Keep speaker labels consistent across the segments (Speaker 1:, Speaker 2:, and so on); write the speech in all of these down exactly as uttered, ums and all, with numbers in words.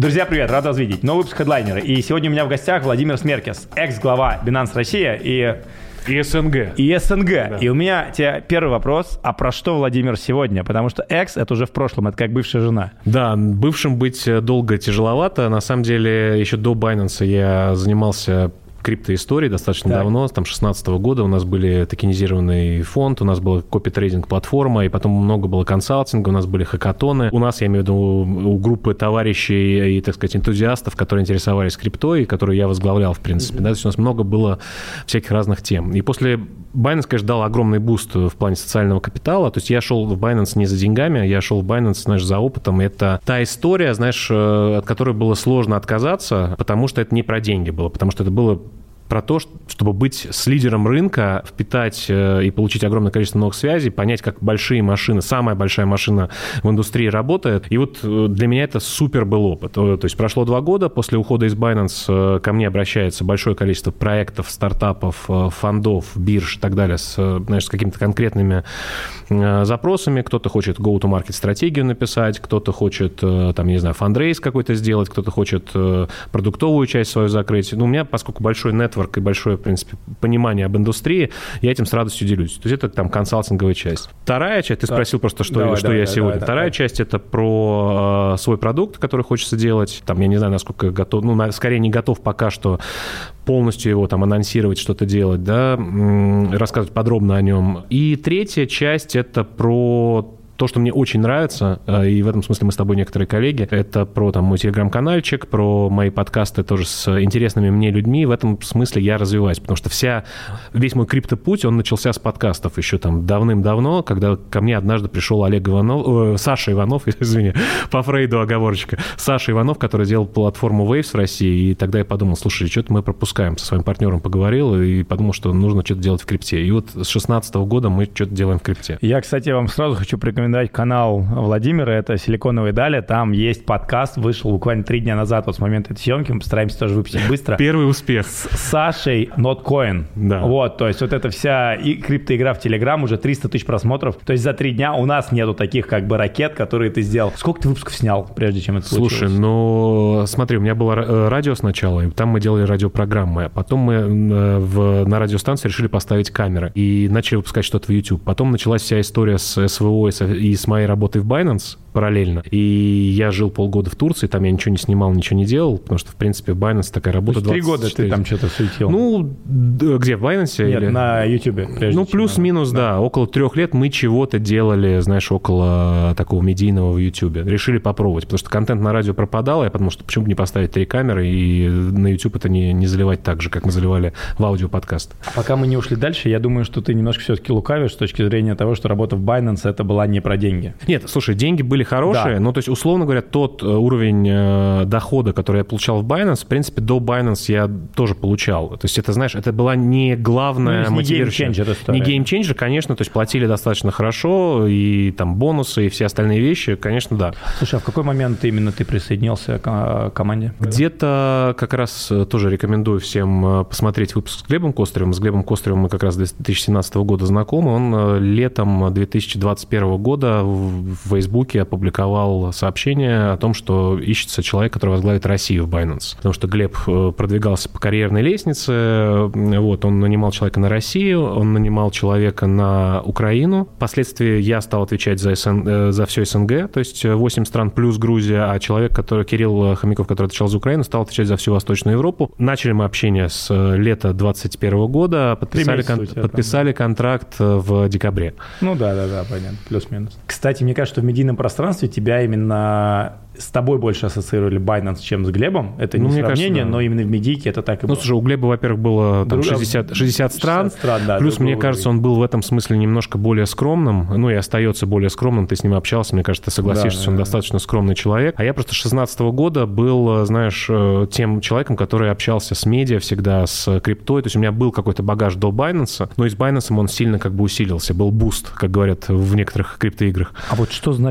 Speaker 1: Друзья, привет, рад вас видеть. Новый выпуск Headliner. И сегодня у меня в гостях Владимир Смеркес, экс-глава Binance Россия и...
Speaker 2: И СНГ.
Speaker 1: И СНГ.
Speaker 2: Да.
Speaker 1: И у меня тебе первый вопрос. А про что Владимир сегодня? Потому что экс — это уже в прошлом, это как бывшая жена.
Speaker 2: Да, бывшим быть долго тяжеловато. На самом деле, еще до Binance я занимался криптоисторией достаточно так. давно, там, шестнадцатого года у нас были токенизированный фонд, у нас была копи-трейдинг-платформа, и потом много было консалтинга, у нас были хакатоны. У нас, я имею в виду, у группы товарищей и, так сказать, энтузиастов, которые интересовались криптой, которые я возглавлял, в принципе. Mm-hmm. Да, то есть у нас много было всяких разных тем. И после Binance, конечно, дал огромный буст в плане социального капитала. То есть я шел в Binance не за деньгами, я шел в Binance, знаешь, за опытом. И это та история, знаешь, от которой было сложно отказаться, потому что это не про деньги было, потому что это было про то, чтобы быть с лидером рынка, впитать и получить огромное количество новых связей, понять, как большие машины, самая большая машина в индустрии работает. И вот для меня это супер был опыт. То есть прошло два года, после ухода из Binance ко мне обращается большое количество проектов, стартапов, фондов, бирж и так далее, с, знаешь, с какими-то конкретными запросами. Кто-то хочет go-to-market стратегию написать, кто-то хочет, там, не знаю, фандрейз какой-то сделать, кто-то хочет продуктовую часть свою закрыть. Ну, у меня, поскольку большой нет и большое, в принципе, понимание об индустрии, я этим с радостью делюсь. То есть это там консалтинговая часть. Вторая часть, ты спросил просто, что, давай, что давай, я давай, сегодня. Давай, Вторая давай. часть — это про э, свой продукт, который хочется делать. Там, я не знаю, насколько готов, ну, скорее не готов пока что полностью его там анонсировать, что-то делать, да, рассказывать подробно о нем. И третья часть — это про то, что мне очень нравится, и в этом смысле мы с тобой некоторые коллеги, это про там, мой телеграм-канальчик, про мои подкасты тоже с интересными мне людьми. В этом смысле я развиваюсь, потому что вся, весь мой криптопуть, он начался с подкастов еще там давным-давно, когда ко мне однажды пришел Олег Иванов, э, Саша Иванов, извини, по Фрейду оговорочка, Саша Иванов, который делал платформу Waves в России, и тогда я подумал, слушай, что-то мы пропускаем, со своим партнером поговорил, и подумал, что нужно что-то делать в крипте. И вот с шестнадцатого года мы что-то делаем в крипте.
Speaker 1: Я, кстати, вам сразу хочу порекомендовать канал Владимира, это «Силиконовые дали», там есть подкаст, вышел буквально три дня назад, вот с момента этой съемки, мы постараемся тоже выпустить быстро.
Speaker 2: Первый успех.
Speaker 1: С Сашей Notcoin.
Speaker 2: Да.
Speaker 1: Вот, то есть вот эта вся и криптоигра в Телеграм, уже триста тысяч просмотров, то есть за три дня у нас нету таких как бы ракет, которые ты сделал. Сколько ты выпусков снял, прежде чем это случилось?
Speaker 2: Слушай, ну смотри, у меня было радио сначала, и там мы делали радиопрограммы, а потом мы в, на радиостанции решили поставить камеры и начали выпускать что-то в YouTube. Потом началась вся история с СВО и с моей работой в Binance параллельно. И я жил полгода в Турции, там я ничего не снимал, ничего не делал, потому что, в принципе, в Binance такая работа.
Speaker 1: Три года ты там что-то суетил?
Speaker 2: Ну, где, в Binance?
Speaker 1: Нет,
Speaker 2: или...
Speaker 1: на YouTube.
Speaker 2: Ну, плюс-минус, да. да. Около трех лет мы чего-то делали, знаешь, около такого медийного в YouTube. Решили попробовать, потому что контент на радио пропадал, я подумал, что почему бы не поставить три камеры и на YouTube это не, не заливать так же, как мы заливали в аудиоподкаст.
Speaker 1: Пока мы не ушли дальше, я думаю, что ты немножко все-таки лукавишь с точки зрения того, что работа в Binance это была не про деньги.
Speaker 2: Нет, слушай, деньги были хорошие, да. Ну, то есть, условно говоря, тот уровень э, дохода, который я получал в Binance, в принципе, до Binance я тоже получал. То есть, это, знаешь, это была не главная
Speaker 1: ну,
Speaker 2: мотивирующая.
Speaker 1: Не геймченджер история.
Speaker 2: Не геймченджер, конечно, то есть, платили достаточно хорошо, и там бонусы, и все остальные вещи, конечно, да.
Speaker 1: Слушай, а в какой момент именно ты присоединился к команде?
Speaker 2: Где-то как раз тоже рекомендую всем посмотреть выпуск с Глебом Костыревым. С Глебом Костыревым мы как раз с две тысячи семнадцатого года знакомы. Он летом две тысячи двадцать первого года в Фейсбуке опубликовал сообщение о том, что ищется человек, который возглавит Россию в Binance. Потому что Глеб продвигался по карьерной лестнице, вот, он нанимал человека на Россию, он нанимал человека на Украину. Впоследствии я стал отвечать за, СН... за все СНГ, то есть восемь стран плюс Грузия, а человек, который, Кирилл Хомяков, который отвечал за Украину, стал отвечать за всю Восточную Европу. Начали мы общение с лета двадцать первого года, подписали, кон... подписали контракт в декабре.
Speaker 1: Ну да-да-да, понятно, плюс-минус. Кстати, мне кажется, что в медийном пространстве тебя именно с тобой больше ассоциировали Binance, чем с Глебом. Это не ну, сравнение, кажется, да. Но именно в медийке это так и было.
Speaker 2: Ну, слушай, у Глеба, во-первых, было там, шестьдесят, шестьдесят стран, шестьдесят стран да, плюс, мне кажется, он был в этом смысле немножко более скромным, ну и остается более скромным, ты с ним общался, мне кажется, ты согласишься, да, да, он да. достаточно скромный человек. А я просто с шестнадцатого года был, знаешь, тем человеком, который общался с медиа всегда, с криптой, то есть у меня был какой-то багаж до Binance, но и с Binance он сильно как бы усилился, был буст, как говорят в некоторых криптоиграх.
Speaker 1: А вот что значит быть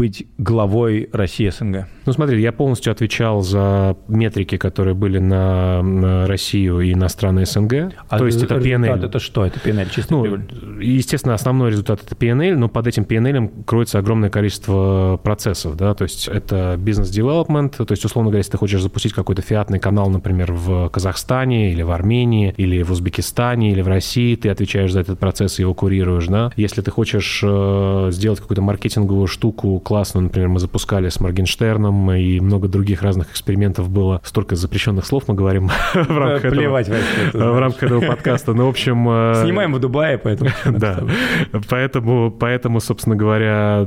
Speaker 1: быть главой России СНГ?
Speaker 2: Ну, смотри, я полностью отвечал за метрики, которые были на, на Россию и на страны СНГ.
Speaker 1: А
Speaker 2: то есть это пи эн эл.
Speaker 1: Это что? Это пи эн эл, чистая
Speaker 2: ну,
Speaker 1: прибыль?
Speaker 2: Естественно, основной результат – это пи эн эл, но под этим пи эн эл кроется огромное количество процессов. Да? То есть это бизнес-девелопмент, то есть, условно говоря, если ты хочешь запустить какой-то фиатный канал, например, в Казахстане или в Армении, или в Узбекистане, или в России, ты отвечаешь за этот процесс и его курируешь. Да? Если ты хочешь э, сделать какую-то маркетинговую штуку классную, например, мы запускали с Моргенштерном, и много других разных экспериментов было. Столько запрещенных слов мы говорим в рамках этого, в рамках этого подкаста. Ну, в общем...
Speaker 1: Снимаем в Дубае, поэтому...
Speaker 2: Да. Поэтому, поэтому, собственно говоря,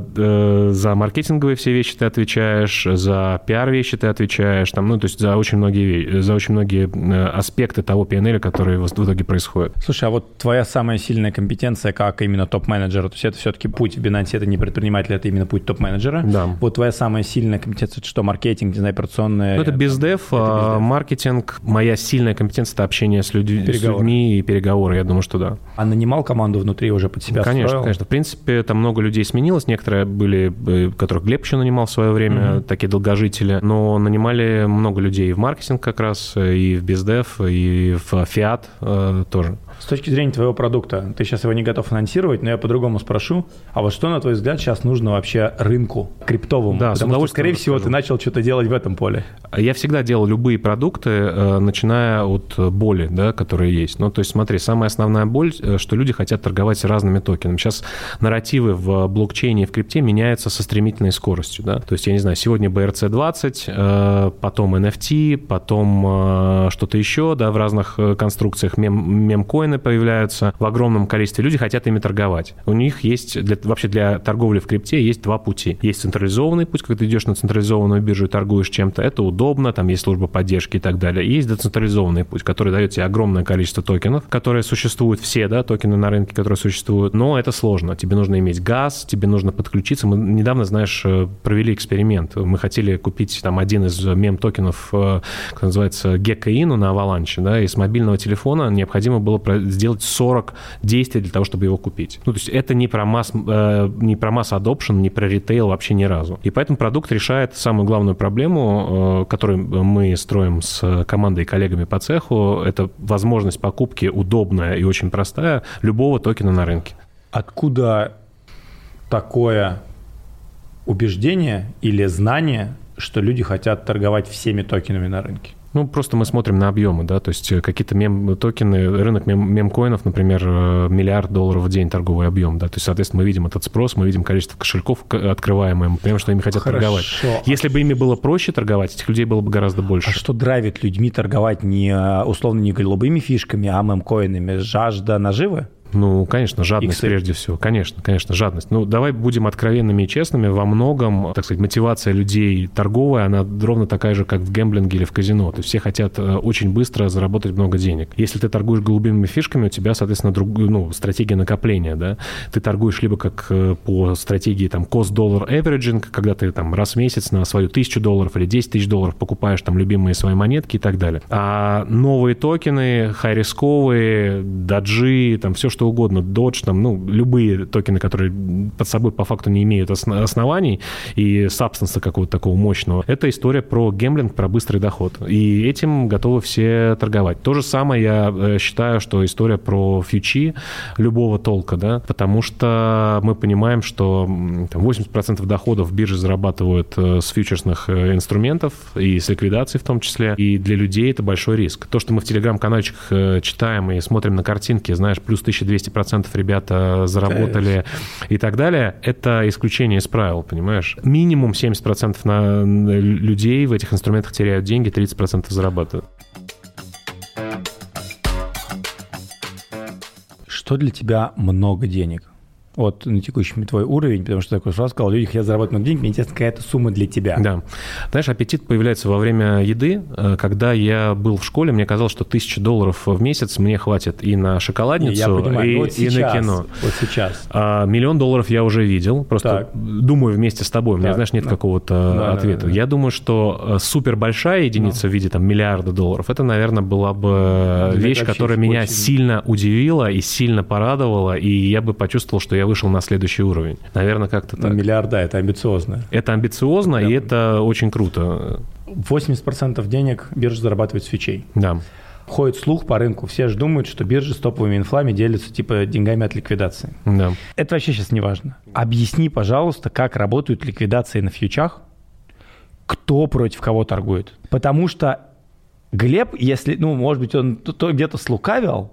Speaker 2: за маркетинговые все вещи ты отвечаешь, за пиар-вещи ты отвечаешь, там, ну, то есть за очень многие, за очень многие аспекты того пи эн эл, которые в итоге происходят.
Speaker 1: Слушай, а вот твоя самая сильная компетенция как именно топ-менеджера, то есть это все-таки путь в Binance, это не предприниматель, это именно путь топ-менеджера.
Speaker 2: Да.
Speaker 1: Вот твоя самая сильная компетенция, это что, маркетинг, не знаю, операционная?
Speaker 2: Ну, это бездев, а маркетинг. Моя сильная компетенция – это общение с, людь... с людьми и переговоры, я думаю, что да.
Speaker 1: А нанимал команду внутри уже под себя?
Speaker 2: Конечно,
Speaker 1: строил?
Speaker 2: конечно. В принципе, там много людей сменилось. Некоторые были, которых Глеб еще нанимал в свое время, mm-hmm. такие долгожители. Но нанимали много людей и в маркетинг как раз, и в бездев, и в фиат э, тоже.
Speaker 1: С точки зрения твоего продукта, ты сейчас его не готов анонсировать, но я по-другому спрошу, а вот что, на твой взгляд, сейчас нужно вообще рынку криптовому?
Speaker 2: Да,
Speaker 1: потому что, скорее всего, ты начал что-то делать в этом поле.
Speaker 2: Я всегда делал любые продукты, начиная от боли, да, которые есть. Ну, то есть, смотри, самая основная боль, что люди хотят торговать разными токенами. Сейчас нарративы в блокчейне и в крипте меняются со стремительной скоростью, да. То есть, я не знаю, сегодня би эр си двадцать, потом эн эф ти, потом что-то еще, да, в разных конструкциях, мем, мемкоины появляются в огромном количестве. Люди хотят ими торговать. У них есть, для, вообще для торговли в крипте есть два пути. Есть централизованный путь, когда ты идешь на централизованную биржу и торгуешь чем-то. Это удобно, там есть служба поддержки и так далее. И есть децентрализованный путь, который дает тебе огромное количество токенов, которые существуют все, да, токены на рынке, которые существуют. Но это сложно. Тебе нужно иметь газ, тебе нужно подключиться. Мы недавно, знаешь, провели эксперимент. Мы хотели купить там один из мем-токенов, как называется, Gecko-Inu на Avalanche, да, и с мобильного телефона необходимо было сделать сорок действий для того, чтобы его купить. Ну, то есть это не про масс, э, не про масс adoption, не про ритейл вообще ни разу. И поэтому продукт решает самую главную проблему, э, которую мы строим с командой и коллегами по цеху. Это возможность покупки удобная и очень простая любого токена на рынке.
Speaker 1: Откуда такое убеждение или знание, что люди хотят торговать всеми токенами на рынке?
Speaker 2: Ну, просто мы смотрим на объемы, да, то есть какие-то мем-токены, рынок мем- мемкоинов, например, миллиард долларов в день торговый объем, да, то есть, соответственно, мы видим этот спрос, мы видим количество кошельков открываемых, мы понимаем, что ими хотят
Speaker 1: Хорошо.
Speaker 2: торговать. Если бы ими было проще торговать, этих людей было бы гораздо больше.
Speaker 1: А что драйвит людьми торговать не, условно, не голубыми фишками, а мемкоинами? Жажда наживы?
Speaker 2: Ну, конечно, жадность Иксы. Прежде всего. Конечно, конечно, жадность. Ну, давай будем откровенными и честными. Во многом, так сказать, мотивация людей торговая, она ровно такая же, как в гэмблинге или в казино. То есть все хотят очень быстро заработать много денег. Если ты торгуешь голубыми фишками, у тебя, соответственно, друг, ну, стратегия накопления, да. Ты торгуешь либо как по стратегии там cost-dollar averaging, когда ты там раз в месяц на свою тысячу долларов или десять тысяч долларов покупаешь там любимые свои монетки и так далее. А новые токены, хай-рисковые, даджи, там все, что угодно, Dodge, там, ну, любые токены, которые под собой по факту не имеют оснований и сабстанса какого-то такого мощного, это история про гэмблинг, про быстрый доход. И этим готовы все торговать. То же самое я считаю, что история про фьючи любого толка, да, потому что мы понимаем, что там, восемьдесят процентов доходов биржи зарабатывают с фьючерсных инструментов и с ликвидацией в том числе, и для людей это большой риск. То, что мы в телеграм-канальчиках читаем и смотрим на картинки, знаешь, плюс тысяча двести процентов ребята заработали Конечно. И так далее, это исключение из правил, понимаешь? Минимум семьдесят процентов на людей в этих инструментах теряют деньги, тридцать процентов зарабатывают.
Speaker 1: Что для тебя много денег? Вот на текущий твой уровень, потому что такой сразу сказал, люди хотят заработать много денег, мне интересно, какая-то сумма для тебя.
Speaker 2: Да. Знаешь, аппетит появляется во время еды. Когда я был в школе, мне казалось, что тысяча долларов в месяц мне хватит и на шоколадницу,
Speaker 1: я понимаю,
Speaker 2: и,
Speaker 1: вот сейчас,
Speaker 2: и на кино.
Speaker 1: Вот сейчас.
Speaker 2: А, миллион долларов я уже видел. Просто так. Думаю вместе с тобой. У меня, так. знаешь, нет да. какого-то да, ответа. Да, да, да. Я думаю, что супер большая единица да. в виде там, миллиарда долларов, это, наверное, была бы Для вещь, которая меня очень... сильно удивила и сильно порадовала, и я бы почувствовал, что я я вышел на следующий уровень. Наверное, как-то так.
Speaker 1: Ну, миллиард, да, это амбициозно.
Speaker 2: Это амбициозно, да. И это очень круто.
Speaker 1: восемьдесят процентов денег биржа зарабатывает с фьючей.
Speaker 2: Да.
Speaker 1: Ходит слух по рынку, все же думают, что биржи с топовыми инфлами делятся типа деньгами от ликвидации.
Speaker 2: Да.
Speaker 1: Это вообще сейчас не важно. Объясни, пожалуйста, как работают ликвидации на фьючах, кто против кого торгует. Потому что Глеб, если, ну, может быть, он то где-то слукавил,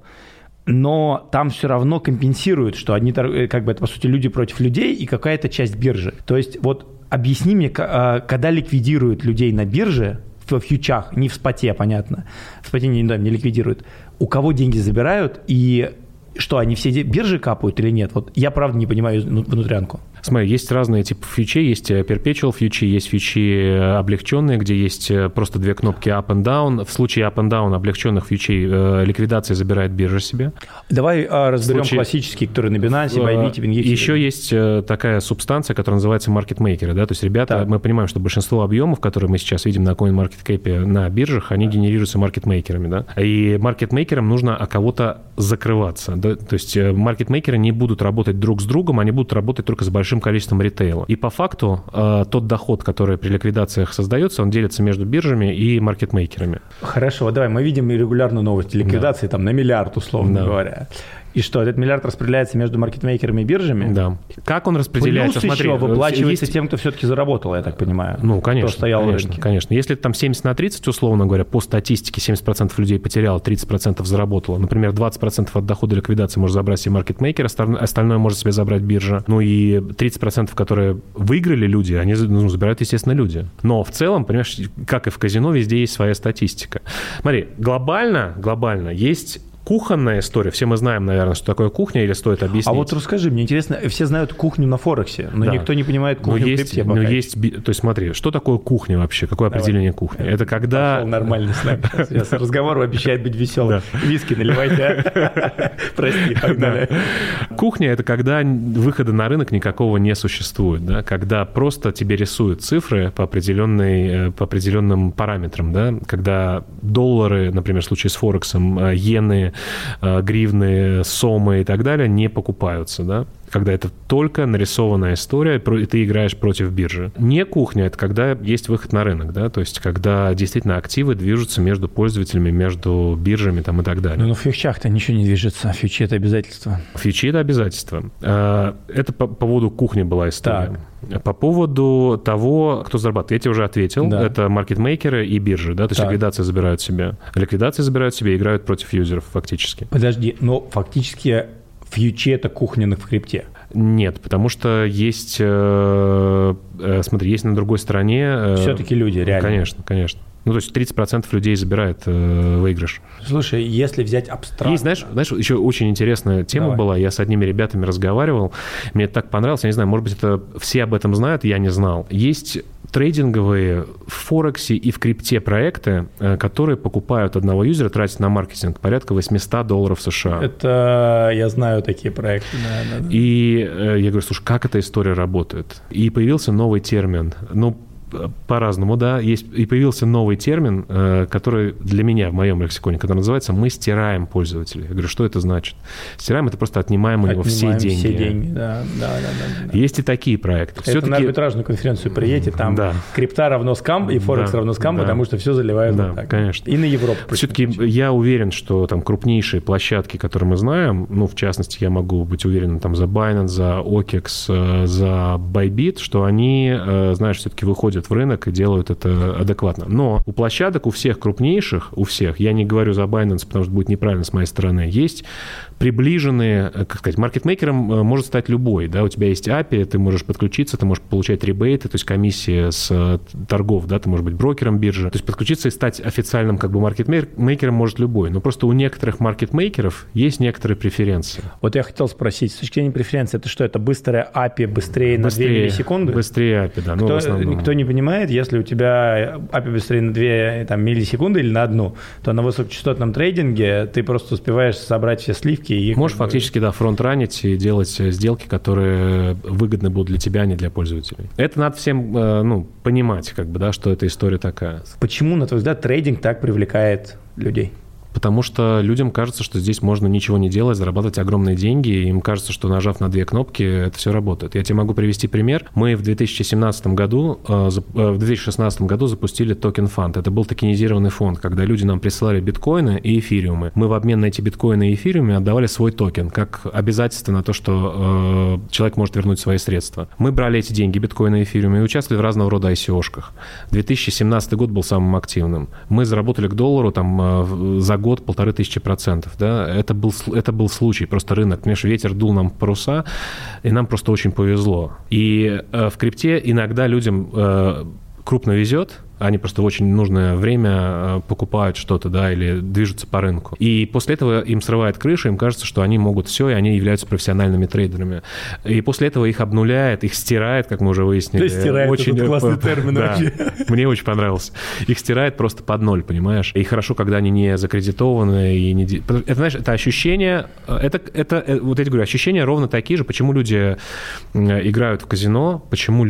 Speaker 1: но там все равно компенсирует, что одни, как бы это, по сути, люди против людей и какая-то часть биржи. То есть вот объясни мне, когда ликвидируют людей на бирже, в фьючах, не в споте, понятно. В споте не, да, не ликвидируют. У кого деньги забирают и что, они все биржи капают или нет? Вот я, правда, не понимаю внутрянку.
Speaker 2: Смотри, есть разные типы фьючей, есть perpetual фьючи, есть фьючи облегченные, где есть просто две кнопки up and down. В случае up and down облегченных фьючей э, ликвидация забирает биржа себе.
Speaker 1: Давай а, разберем случае... классические, которые на Binance, Bybit, BingEx.
Speaker 2: Еще есть такая субстанция, которая называется маркетмейкеры. Да? То есть ребята, так. Мы понимаем, что большинство объемов, которые мы сейчас видим на CoinMarketCap на биржах, они генерируются маркетмейкерами. Да? И маркетмейкерам нужно о кого-то закрываться. Да? То есть маркетмейкеры не будут работать друг с другом, они будут работать только с большим количеством ритейла. И по факту э, тот доход, который при ликвидациях создается, он делится между биржами и маркетмейкерами.
Speaker 1: Хорошо, давай, мы видим регулярно новости ликвидации, да. Там на миллиард, условно да. говоря. И что, этот миллиард распределяется между маркетмейкерами и биржами?
Speaker 2: Да. Как он распределяется?
Speaker 1: Плюс
Speaker 2: Смотри,
Speaker 1: еще выплачивается
Speaker 2: есть...
Speaker 1: тем, кто все-таки заработал, я так понимаю.
Speaker 2: Ну, конечно,
Speaker 1: кто стоял
Speaker 2: конечно,
Speaker 1: в рынке.
Speaker 2: конечно. Если там семьдесят на тридцать, условно говоря, по статистике семьдесят процентов людей потеряло, тридцать процентов заработало. Например, двадцать процентов от дохода ликвидации может забрать себе маркетмейкер, остальное может себе забрать биржа. Ну и тридцать процентов, которые выиграли люди, они ну, забирают, естественно, люди. Но в целом, понимаешь, как и в казино, везде есть своя статистика. Смотри, глобально, глобально есть... Кухонная история. Все мы знаем, наверное, что такое кухня, или стоит объяснить?
Speaker 1: А вот расскажи, мне интересно, все знают кухню на Форексе, но да. никто не понимает кухню
Speaker 2: но
Speaker 1: в крипте.
Speaker 2: Но есть, то есть смотри, что такое кухня вообще? Какое Давай. определение кухни? Это когда...
Speaker 1: Пошел нормальный с нами сейчас. сейчас разговор обещает быть веселым. Да. Виски наливайте. Прости, погнали.
Speaker 2: Кухня – это когда выхода на рынок никакого не существует. Да? Когда просто тебе рисуют цифры по, определенной, по определенным параметрам. Да? Когда доллары, например, в случае с Форексом, иены, гривны, сомы и так далее не покупаются, да? Когда это только нарисованная история, и ты играешь против биржи. Не кухня – это когда есть выход на рынок, да, то есть когда действительно активы движутся между пользователями, между биржами там, и так далее.
Speaker 1: Но в фьючах-то ничего не движется, фьючи – это обязательство.
Speaker 2: Фьючи – это обязательство. Это по поводу кухни была история. Так. По поводу того, кто зарабатывает, я тебе уже ответил, да. Это маркетмейкеры и биржи, да, то есть так. ликвидация забирают себе. Ликвидация забирают себе и играют против юзеров фактически.
Speaker 1: Подожди, но фактически... Фьючи – это кухня в крипте?
Speaker 2: Нет, потому что есть, э, э, смотри, есть на другой стороне... Э,
Speaker 1: Все-таки люди, реально.
Speaker 2: Конечно, конечно. Ну, то есть тридцать процентов людей забирает э, выигрыш.
Speaker 1: Слушай, если взять абстрактно...
Speaker 2: Есть, знаешь, знаешь, еще очень интересная тема Давай. была. Я с одними ребятами разговаривал. Мне это так понравилось. Я не знаю, может быть, это все об этом знают, я не знал. Есть трейдинговые в Форексе и в крипте проекты, которые покупают одного юзера, тратят на маркетинг порядка восемьсот долларов США.
Speaker 1: Это я знаю такие проекты. Да, да, да.
Speaker 2: И я говорю, слушай, как эта история работает? И появился новый термин. Ну, по-разному, да. Есть, и появился новый термин, который для меня в моем лексиконе, который называется «мы стираем пользователей». Я говорю, что это значит? Стираем – это просто отнимаем у него все деньги.
Speaker 1: все деньги, да, да, да, да.
Speaker 2: Есть и такие проекты.
Speaker 1: Это на арбитражную конференцию приедете, там да. крипта равно скам и Форекс да, равно скам, да. потому что все заливают
Speaker 2: да,
Speaker 1: вот так.
Speaker 2: Конечно.
Speaker 1: И на Европу.
Speaker 2: Все-таки я уверен, что там крупнейшие площадки, которые мы знаем, ну, в частности, я могу быть уверен там за Binance, за о кекс, за Bybit, что они, знаешь, все-таки выходят в рынок и делают это адекватно. Но у площадок, у всех крупнейших, у всех, я не говорю за Binance, потому что будет неправильно с моей стороны, есть приближенные, как сказать, маркетмейкером может стать любой, да, у тебя есть эй пи ай, ты можешь подключиться, ты можешь получать ребейты, то есть комиссии с торгов, да, ты можешь быть брокером биржи, то есть подключиться и стать официальным как бы маркетмейкером может любой, но просто у некоторых маркетмейкеров есть некоторые преференции.
Speaker 1: Вот я хотел спросить, с точки зрения преференции, это что, это быстрая эй пи ай быстрее, быстрее на две миллисекунды?
Speaker 2: Быстрее эй пи ай, да. Ну,
Speaker 1: кто,
Speaker 2: в основном.
Speaker 1: Никто не понимает, если у тебя эй пи ай быстрее на две там, миллисекунды или на одну, то на высокочастотном трейдинге ты просто успеваешь собрать все сливки. И
Speaker 2: можешь фактически, да, фронт-ранить и делать сделки, которые выгодны будут для тебя, а не для пользователей. Это надо всем, ну, понимать, как бы, да, что эта история такая.
Speaker 1: Почему, на твой взгляд, трейдинг так привлекает людей?
Speaker 2: Потому что людям кажется, что здесь можно ничего не делать, зарабатывать огромные деньги, и им кажется, что нажав на две кнопки, это все работает. Я тебе могу привести пример. Мы в две тысячи семнадцатом году, в две тысячи шестнадцатом году запустили токен-фанд. Это был токенизированный фонд, когда люди нам присылали биткоины и эфириумы. Мы в обмен на эти биткоины и эфириумы отдавали свой токен, как обязательство на то, что э, человек может вернуть свои средства. Мы брали эти деньги, биткоины и эфириумы, и участвовали в разного рода ай си о-шках. две тысячи семнадцатый год был самым активным. Мы заработали к доллару там за год полторы тысячи процентов. Да? Это, был, это был случай, просто рынок. Понимаешь, ветер дул нам в паруса, и нам просто очень повезло. И э, в крипте иногда людям э, крупно везет, они просто в очень нужное время покупают что-то, да, или движутся по рынку. И после этого им срывает крышу, им кажется, что они могут все, и они являются профессиональными трейдерами. И после этого их обнуляет, их стирает, как мы уже выяснили.
Speaker 1: То есть стирает, очень это классный термин
Speaker 2: да,
Speaker 1: вообще.
Speaker 2: Мне очень понравился. Их стирает просто под ноль, понимаешь? И хорошо, когда они не закредитованы. И не... Это, знаешь, это ощущение, это, это, вот я тебе говорю, ощущения ровно такие же, почему люди играют в казино, почему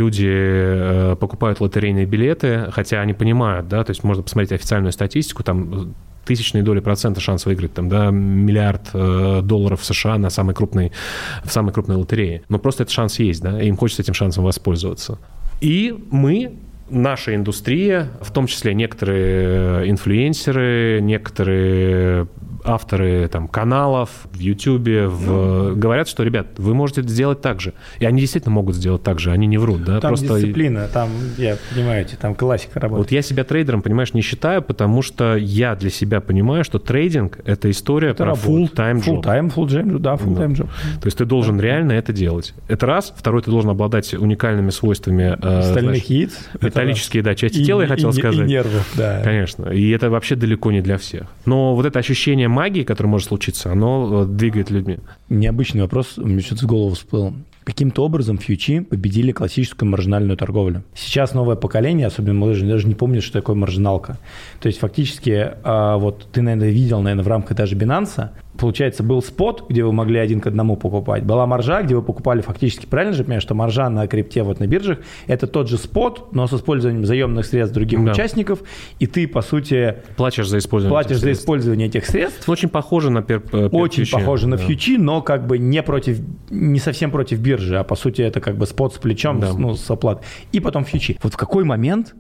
Speaker 2: люди покупают лотерейные билеты, хотя они понимают, да, то есть можно посмотреть официальную статистику, там тысячные доли процента шанс выиграть, там, да, миллиард э, долларов в США на самой крупной, в самой крупной лотерее. Но просто этот шанс есть, да, и им хочется этим шансом воспользоваться. И мы, наша индустрия, в том числе некоторые инфлюенсеры, некоторые авторы там, каналов в Ютубе, в... говорят, что, ребят, вы можете сделать так же. И они действительно могут сделать так же, они не врут. Да?
Speaker 1: Там
Speaker 2: Просто...
Speaker 1: дисциплина, там, я понимаете, там классика работает.
Speaker 2: Вот я себя трейдером, понимаешь, не считаю, потому что я для себя понимаю, что трейдинг – это история это про full-time job.
Speaker 1: Full-time, full-time, да, full-time job.
Speaker 2: То есть ты должен да. реально это делать. Это раз. Второй, ты должен обладать уникальными свойствами.
Speaker 1: Стальных яиц.
Speaker 2: Металлические, да, части и, тела, я хотел
Speaker 1: и,
Speaker 2: сказать.
Speaker 1: И нервов, да.
Speaker 2: Конечно. И это вообще далеко не для всех. Но вот это ощущение магии, которое может случиться, оно двигает людьми.
Speaker 1: Необычный вопрос, мне что-то в голову всплыл. Каким-то образом фьючи победили классическую маржинальную торговлю. Сейчас новое поколение, особенно молодежь, даже не помнит, что такое маржиналка. То есть фактически, вот ты, наверное, видел, наверное, в рамках даже Binance, получается, был спот, где вы могли один к одному покупать. Была маржа, где вы покупали фактически, правильно же понимаешь, что маржа на крипте, вот на биржах, это тот же спот, но с использованием заемных средств других да. участников, и ты, по сути...
Speaker 2: Платишь за использование
Speaker 1: Платишь за использование этих средств.
Speaker 2: Очень похоже на пер, пер,
Speaker 1: Очень
Speaker 2: фьючи.
Speaker 1: похоже на
Speaker 2: да.
Speaker 1: фьючи, но как бы не против, не совсем против биржи, а по сути это как бы спот с плечом, да. с, ну, с оплатой. И потом фьючи. Вот в какой момент...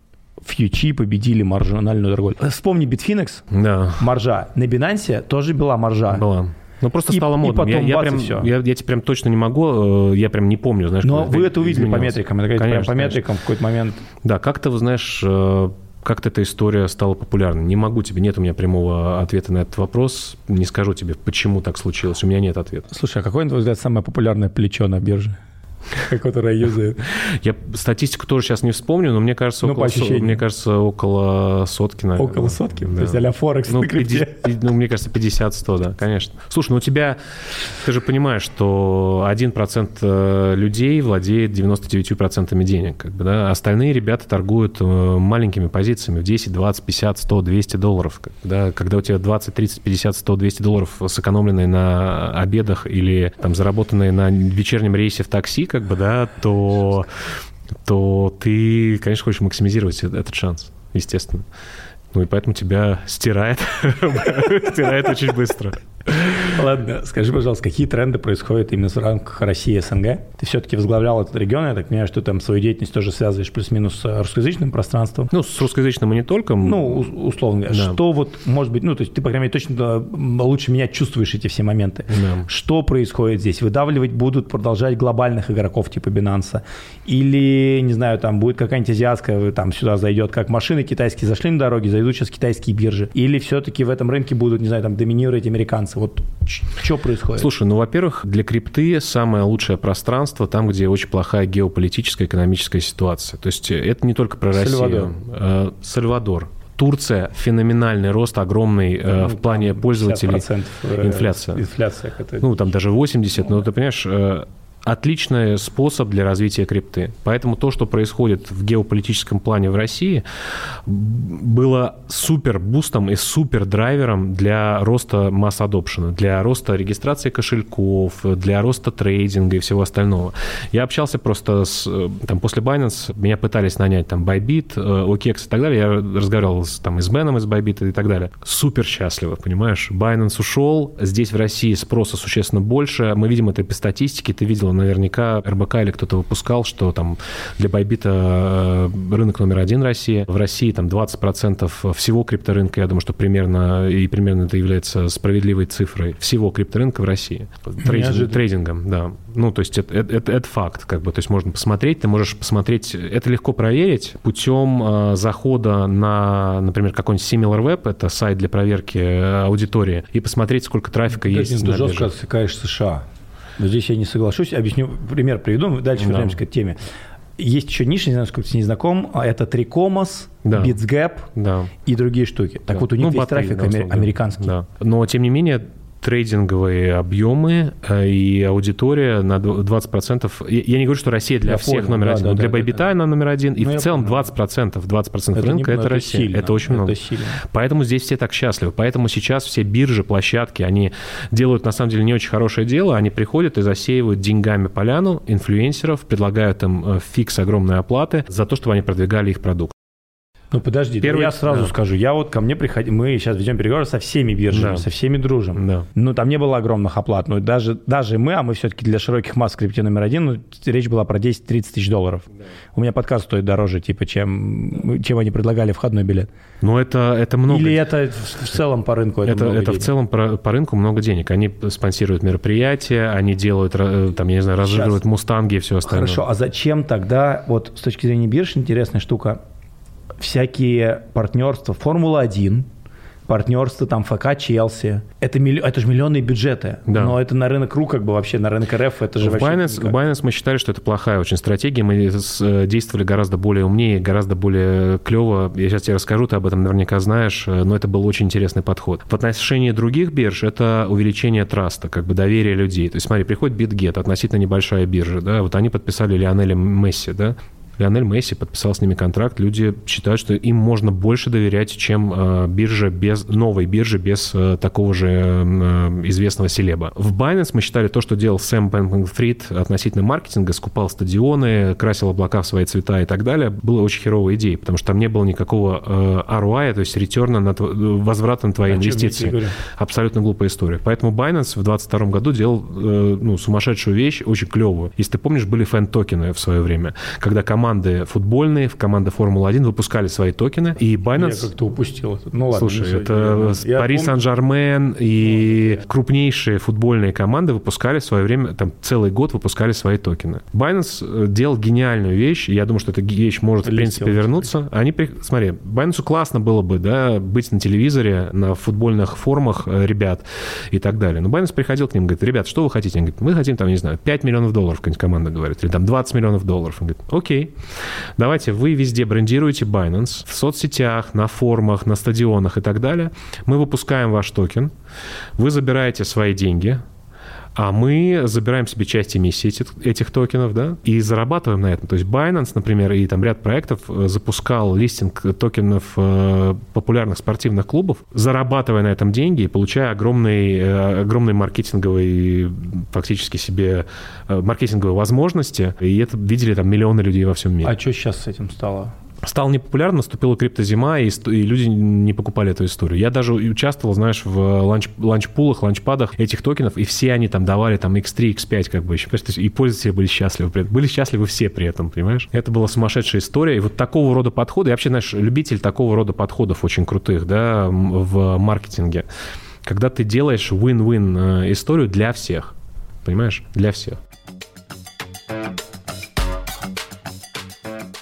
Speaker 1: фьючи победили маржинальную торговлю. Вспомни Bitfinex,
Speaker 2: да.
Speaker 1: маржа. На Binance тоже была маржа.
Speaker 2: Была. Ну, просто
Speaker 1: и,
Speaker 2: стало модным.
Speaker 1: И потом
Speaker 2: я, я,
Speaker 1: бац,
Speaker 2: прям,
Speaker 1: и все.
Speaker 2: Я, я тебе прям точно не могу, я прям не помню. Знаешь,
Speaker 1: но вы это увидели
Speaker 2: изменилось.
Speaker 1: по метрикам. Это, конечно, прям по метрикам конечно. В какой-то момент.
Speaker 2: Да, как-то, вы знаешь, как-то эта история стала популярной. Не могу тебе, нет у меня прямого ответа на этот вопрос. Не скажу тебе, почему так случилось. У меня нет ответа.
Speaker 1: Слушай, а какое, на твой взгляд, самое популярное плечо на бирже? Которая юзает.
Speaker 2: Я статистику тоже сейчас не вспомню, но мне кажется,
Speaker 1: ну,
Speaker 2: около, со, мне кажется, около сотки, наверное.
Speaker 1: Около сотки?
Speaker 2: Да.
Speaker 1: То есть а-ля Форекс
Speaker 2: ну,
Speaker 1: на крипте?
Speaker 2: пятьдесят, ну, мне кажется, пятьдесят-сто, да, конечно. Слушай, ну у тебя, ты же понимаешь, что один процент людей владеет девяносто девять процентов денег, как бы, да? Остальные ребята торгуют маленькими позициями в десять, двадцать, пятьдесят, сто, двести долларов. Как бы, да? Когда у тебя двадцать, тридцать, пятьдесят, сто, двести долларов сэкономленные на обедах или там заработанные на вечернем рейсе в такси, как бы, да, то, то ты, конечно, хочешь максимизировать этот шанс, естественно. Ну и поэтому тебя стирает, стирает очень быстро.
Speaker 1: Ладно, скажи, пожалуйста, какие тренды происходят именно в рамках России и СНГ? Ты все-таки возглавлял этот регион, я так понимаю, что ты там свою деятельность тоже связываешь плюс-минус с русскоязычным пространством.
Speaker 2: Ну, с русскоязычным и не только.
Speaker 1: Ну, условно говоря. Да. Что вот, может быть, ну, то есть ты, по крайней мере, точно лучше меня чувствуешь эти все моменты.
Speaker 2: Да.
Speaker 1: Что происходит здесь? Выдавливать будут продолжать глобальных игроков типа Binance? Или, не знаю, там будет какая-нибудь азиатская, там сюда зайдет, как машины китайские зашли на дороге, зайдут сейчас китайские биржи? Или все-таки в этом рынке будут, не знаю, там доминировать американцы? Вот что происходит?
Speaker 2: Слушай, ну, во-первых, для крипты самое лучшее пространство там, где очень плохая геополитическая, экономическая ситуация. То есть это не только про Россию. Сальвадор. Сальвадор. Турция, феноменальный рост, огромный ну, в плане пользователей. Инфляция.
Speaker 1: Инфляция.
Speaker 2: Ну, там даже восемьдесят, но ты понимаешь... отличный способ для развития крипты. Поэтому то, что происходит в геополитическом плане в России, было супер бустом и супер драйвером для роста масс-адопшена, для роста регистрации кошельков, для роста трейдинга и всего остального. Я общался просто с, там, после Binance, меня пытались нанять там Bybit, о кекс и так далее. Я разговаривал с, там, и с Беном из Bybit и так далее. Супер счастливо, понимаешь? Binance ушел, здесь в России спроса существенно больше. Мы видим это по статистике. Ты видела наверняка, эр бэ ка или кто-то выпускал, что там для Bybit рынок номер один Россия. В России там двадцать процентов всего крипторынка, я думаю, что примерно, и примерно это является справедливой цифрой всего крипторынка в России. Трейдинг, трейдингом, да. Ну, то есть это, это, это факт, как бы, то есть можно посмотреть, ты можешь посмотреть, это легко проверить путем э, захода на, например, какой-нибудь SimilarWeb, это сайт для проверки аудитории, и посмотреть, сколько трафика
Speaker 1: ты
Speaker 2: есть.
Speaker 1: Ты жестко отсекаешь США. Но здесь я не соглашусь. Объясню, пример приведу, дальше да. вернемся к этой теме. Есть еще ниша, не знаю, сколько ты не знаком, это Трикомос, да. BitsGap да. и другие штуки. Так да. вот, у них ну, весь трафик да, американский. Да.
Speaker 2: Но, тем не менее, трейдинговые объемы и аудитория на двадцать процентов. Я не говорю, что Россия для я всех понял, номер да, один, да, но для да, Bybit да, она номер один. И ну, в целом понял. двадцать процентов, двадцать процентов это рынка – это, это Россия. Сильно, это очень это много. Сильно. Поэтому здесь все так счастливы. Поэтому сейчас все биржи, площадки, они делают на самом деле не очень хорошее дело. Они приходят и засеивают деньгами поляну инфлюенсеров, предлагают им фикс огромной оплаты за то, чтобы они продвигали их продукт.
Speaker 1: Ну, подожди, Первый, я сразу да. скажу. Я вот ко мне приходи, мы сейчас ведем переговоры со всеми биржами, да. со всеми дружим. Да. Ну, там не было огромных оплат. Но даже, даже мы, а мы все-таки для широких масс в крипте номер один, ну, речь была про десять-тридцать тысяч долларов. Да. У меня подкаст стоит дороже, типа, чем, чем они предлагали входной билет.
Speaker 2: Ну, это, это много.
Speaker 1: Или это в, в целом по рынку?
Speaker 2: Это, это, это в целом по, по рынку много денег. Они спонсируют мероприятия, они делают, там, я не знаю, разыгрывают сейчас. Мустанги и все остальное.
Speaker 1: Хорошо, а зачем тогда, вот с точки зрения бирж, интересная штука, всякие партнерства, Формула один, партнерство там ФК Челси, это, милли... это же миллионные бюджеты, да. но это на рынок РУ, как бы вообще на рынок эр эф, это же
Speaker 2: в
Speaker 1: вообще...
Speaker 2: Binance, в Binance мы считали, что это плохая очень стратегия, мы действовали гораздо более умнее, гораздо более клево, я сейчас тебе расскажу, ты об этом наверняка знаешь, но это был очень интересный подход. В отношении других бирж это увеличение траста, как бы доверия людей. То есть смотри, приходит BitGet, относительно небольшая биржа, да, вот они подписали Лионеля Месси, да, Лионель Месси подписал с ними контракт. Люди считают, что им можно больше доверять, чем э, биржа без, новой биржи без э, такого же э, известного селеба. В Binance мы считали то, что делал Сэм Бэнкман-Фрид относительно маркетинга, скупал стадионы, красил облака в свои цвета и так далее, было очень херовой идеей, потому что там не было никакого э, ар о ай, то есть ретерна, на тв... возврата на твои а инвестиции. Абсолютно глупая история. Поэтому Binance в двадцать втором году делал э, ну, сумасшедшую вещь, очень клевую. Если ты помнишь, были фэн-токены в свое время, когда команда Команды футбольные, в команды Формулы один выпускали свои токены, и Binance...
Speaker 1: Я как-то упустил это. Ну ладно.
Speaker 2: Слушай, это Пари Сан-Жермен и ну, крупнейшие футбольные команды выпускали в свое время, там целый год выпускали свои токены. Binance делал гениальную вещь, и я думаю, что эта вещь может, в принципе, вернуться. Они, смотри, Binance классно было бы, да, быть на телевизоре, на футбольных форумах ребят и так далее. Но Binance приходил к ним, говорит: ребят, что вы хотите? Они говорят: мы хотим, там, не знаю, пять миллионов долларов, какая-нибудь команда говорит, или там двадцать миллионов долларов. Он говорит: окей. Давайте вы везде брендируете Binance, в соцсетях, на форумах, на стадионах и так далее. Мы выпускаем ваш токен, вы забираете свои деньги, а мы забираем себе часть эмиссии этих, этих токенов, да, и зарабатываем на этом. То есть Binance, например, и там ряд проектов запускал листинг токенов э, популярных спортивных клубов, зарабатывая на этом деньги и получая огромный, э, огромный маркетинговый, фактически себе э, маркетинговые возможности. И это видели там миллионы людей во всем мире.
Speaker 1: А что сейчас с этим стало?
Speaker 2: Стало непопулярно, наступила криптозима, и, и люди не покупали эту историю. Я даже участвовал, знаешь, в ланч, ланчпулах, ланчпадах этих токенов, и все они там давали там икс три, икс пять, как бы еще. И пользователи были счастливы. Были счастливы все при этом, понимаешь? Это была сумасшедшая история. И вот такого рода подходы, я вообще, знаешь, любитель такого рода подходов очень крутых, да, в маркетинге. Когда ты делаешь win-win историю для всех, понимаешь? Для всех.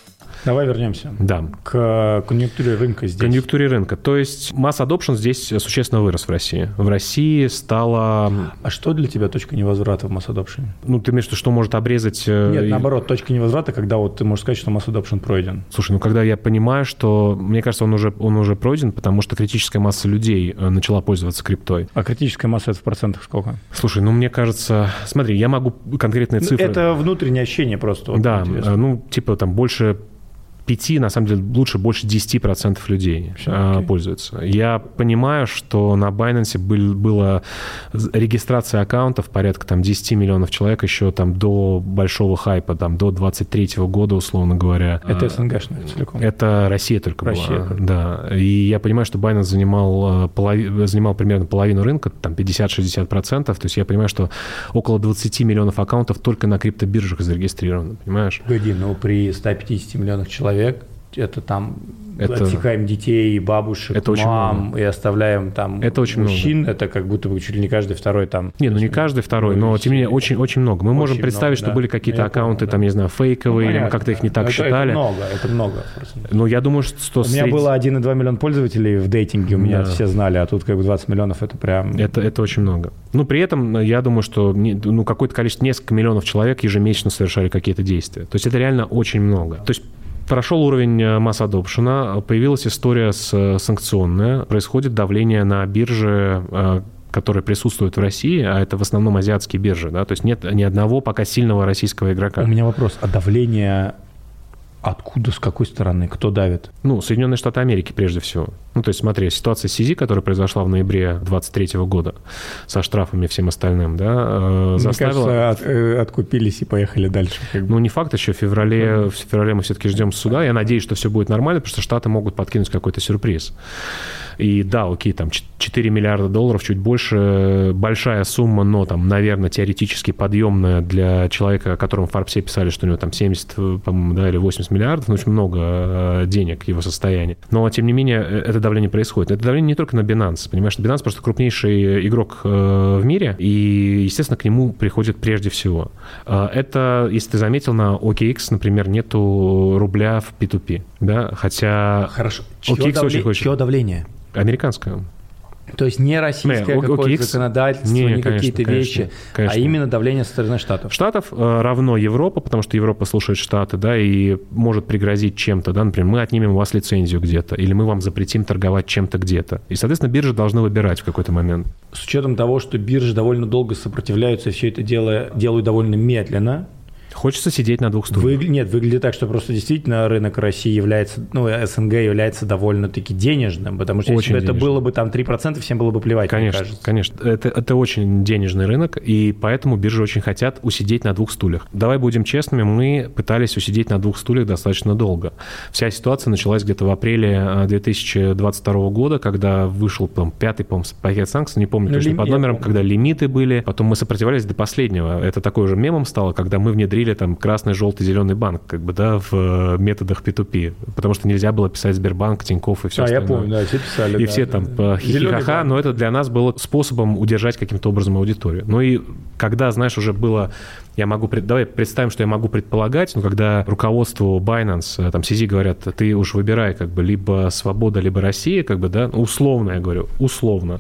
Speaker 1: Давай вернемся
Speaker 2: да.
Speaker 1: к конъюнктуре рынка здесь.
Speaker 2: Конъюнктуре рынка. То есть масс adoption здесь существенно вырос в России. В России стало...
Speaker 1: А что для тебя точка невозврата в масс adoption?
Speaker 2: Ну, ты имеешь в виду, что может обрезать...
Speaker 1: Нет, наоборот, точка невозврата, когда вот ты можешь сказать, что масс adoption пройден.
Speaker 2: Слушай, ну когда я понимаю, что... Мне кажется, он уже, он уже пройден, потому что критическая масса людей начала пользоваться криптой.
Speaker 1: А критическая масса это в процентах сколько?
Speaker 2: Слушай, ну мне кажется... Смотри, я могу конкретные цифры...
Speaker 1: Это внутреннее ощущение просто. Вот,
Speaker 2: да,
Speaker 1: интересно.
Speaker 2: ну типа там больше... пяти, на самом деле, лучше больше десяти процентов людей Все, okay. пользуются. Я понимаю, что на Binance был, была регистрация аккаунтов порядка там, десять миллионов человек еще там, до большого хайпа, там, до двадцать третьего года, условно говоря.
Speaker 1: Это СНГшно целиком?
Speaker 2: Это Россия только
Speaker 1: Россия,
Speaker 2: была. Да. И я понимаю, что Binance занимал, полови... занимал примерно половину рынка, там пятьдесят-шестьдесят процентов. То есть я понимаю, что около двадцать миллионов аккаунтов только на криптобиржах зарегистрировано, понимаешь?
Speaker 1: Погоди, ну при ста пятидесяти миллионах человек это там
Speaker 2: это,
Speaker 1: отсекаем детей, бабушек,
Speaker 2: это
Speaker 1: мам и оставляем там
Speaker 2: это очень
Speaker 1: мужчин,
Speaker 2: много.
Speaker 1: Это как будто бы чуть ли не каждый второй там.
Speaker 2: Не, ну не каждый второй, но тем не менее очень, очень много. Мы
Speaker 1: очень
Speaker 2: можем представить,
Speaker 1: много,
Speaker 2: что
Speaker 1: да.
Speaker 2: были какие-то
Speaker 1: я
Speaker 2: аккаунты,
Speaker 1: помню,
Speaker 2: там,
Speaker 1: да.
Speaker 2: не знаю, фейковые,
Speaker 1: ну,
Speaker 2: или мы как-то их не так
Speaker 1: это,
Speaker 2: считали.
Speaker 1: Это много, это много.
Speaker 2: Ну, я думаю, что...
Speaker 1: У меня
Speaker 2: среди...
Speaker 1: было один и два миллиона пользователей в дейтинге, у меня
Speaker 2: да.
Speaker 1: все знали, а тут как бы двадцать миллионов, это прям...
Speaker 2: Это, это очень много. Ну, при этом я думаю, что ну, какое-то количество, несколько миллионов человек ежемесячно совершали какие-то действия. То есть это реально очень много. То есть прошел уровень масс adoption, появилась история с, санкционная, происходит давление на биржи, которые присутствуют в России, а это в основном азиатские биржи, да, то есть нет ни одного пока сильного российского игрока.
Speaker 1: У меня вопрос, а давление откуда, с какой стороны, кто давит?
Speaker 2: Ну, Соединенные Штаты Америки прежде всего. Ну, то есть смотри, ситуация с Си Зи, которая произошла в ноябре двадцать третьего года со штрафами и всем остальным, да,
Speaker 1: Мне
Speaker 2: заставила...
Speaker 1: кажется, от, э, откупились и поехали дальше. Как бы.
Speaker 2: Ну, не факт еще, в феврале, в феврале мы все-таки ждем суда, я надеюсь, что все будет нормально, потому что Штаты могут подкинуть какой-то сюрприз. И да, окей, там четыре миллиарда долларов, чуть больше, большая сумма, но там, наверное, теоретически подъемная для человека, о котором в Форбсе писали, что у него там семьдесят, по-моему, да, или восемьдесят миллиардов, ну, очень много денег его состояние. Но, тем не менее, это давление происходит. Это давление не только на Binance, понимаешь, Binance просто крупнейший игрок в мире, и, естественно, к нему приходит прежде всего. Это, если ты заметил, на о кей экс, например, нету рубля в пи ту пи, да, хотя...
Speaker 1: Хорошо.
Speaker 2: о кей экс
Speaker 1: Чье,
Speaker 2: очень
Speaker 1: давле...
Speaker 2: хочет...
Speaker 1: Чье давление?
Speaker 2: Американское.
Speaker 1: То есть не российское
Speaker 2: не,
Speaker 1: какое-то
Speaker 2: о кей экс?
Speaker 1: законодательство,
Speaker 2: не,
Speaker 1: не
Speaker 2: конечно,
Speaker 1: какие-то
Speaker 2: конечно,
Speaker 1: вещи,
Speaker 2: конечно.
Speaker 1: а именно давление со стороны Штатов.
Speaker 2: Штатов равно Европа, потому что Европа слушает Штаты, да, и может пригрозить чем-то, да, например, мы отнимем у вас лицензию где-то, или мы вам запретим торговать чем-то где-то. И, соответственно, биржи должны выбирать в какой-то момент.
Speaker 1: С учетом того, что биржи довольно долго сопротивляются, и все это дело делают довольно медленно.
Speaker 2: Хочется сидеть на двух стульях.
Speaker 1: Выгля... Нет, выглядит так, что просто действительно рынок России является, ну, СНГ является довольно-таки денежным, потому что
Speaker 2: очень
Speaker 1: если бы
Speaker 2: денежным.
Speaker 1: это было бы там три процента, всем было бы плевать,
Speaker 2: конечно,
Speaker 1: мне кажется.
Speaker 2: Конечно, это, это очень денежный рынок, и поэтому биржи очень хотят усидеть на двух стульях. Давай будем честными, мы пытались усидеть на двух стульях достаточно долго. Вся ситуация началась где-то в апреле две тысячи двадцать второго года, когда вышел, по пятый, по пакет санкций, не помню
Speaker 1: ну,
Speaker 2: точно
Speaker 1: лим...
Speaker 2: под номером, когда лимиты были, потом мы сопротивлялись до последнего. Это такой уже мемом стало, когда мы внедрили там красный, желтый, зеленый банк, как бы, да, в методах пи ту пи, потому что нельзя было писать Сбербанк, Тинькофф и все
Speaker 1: а,
Speaker 2: остальное.
Speaker 1: я помню, да, все писали.
Speaker 2: И
Speaker 1: да,
Speaker 2: все
Speaker 1: да,
Speaker 2: там
Speaker 1: да.
Speaker 2: хихихаха, но это для нас было способом удержать каким-то образом аудиторию. Ну и когда, знаешь, уже было... Я могу... Давай представим, что я могу предполагать, но когда руководству Binance, там, Си Зи говорят, ты уж выбирай, как бы, либо свобода, либо Россия, как бы, да, условно, я говорю, условно,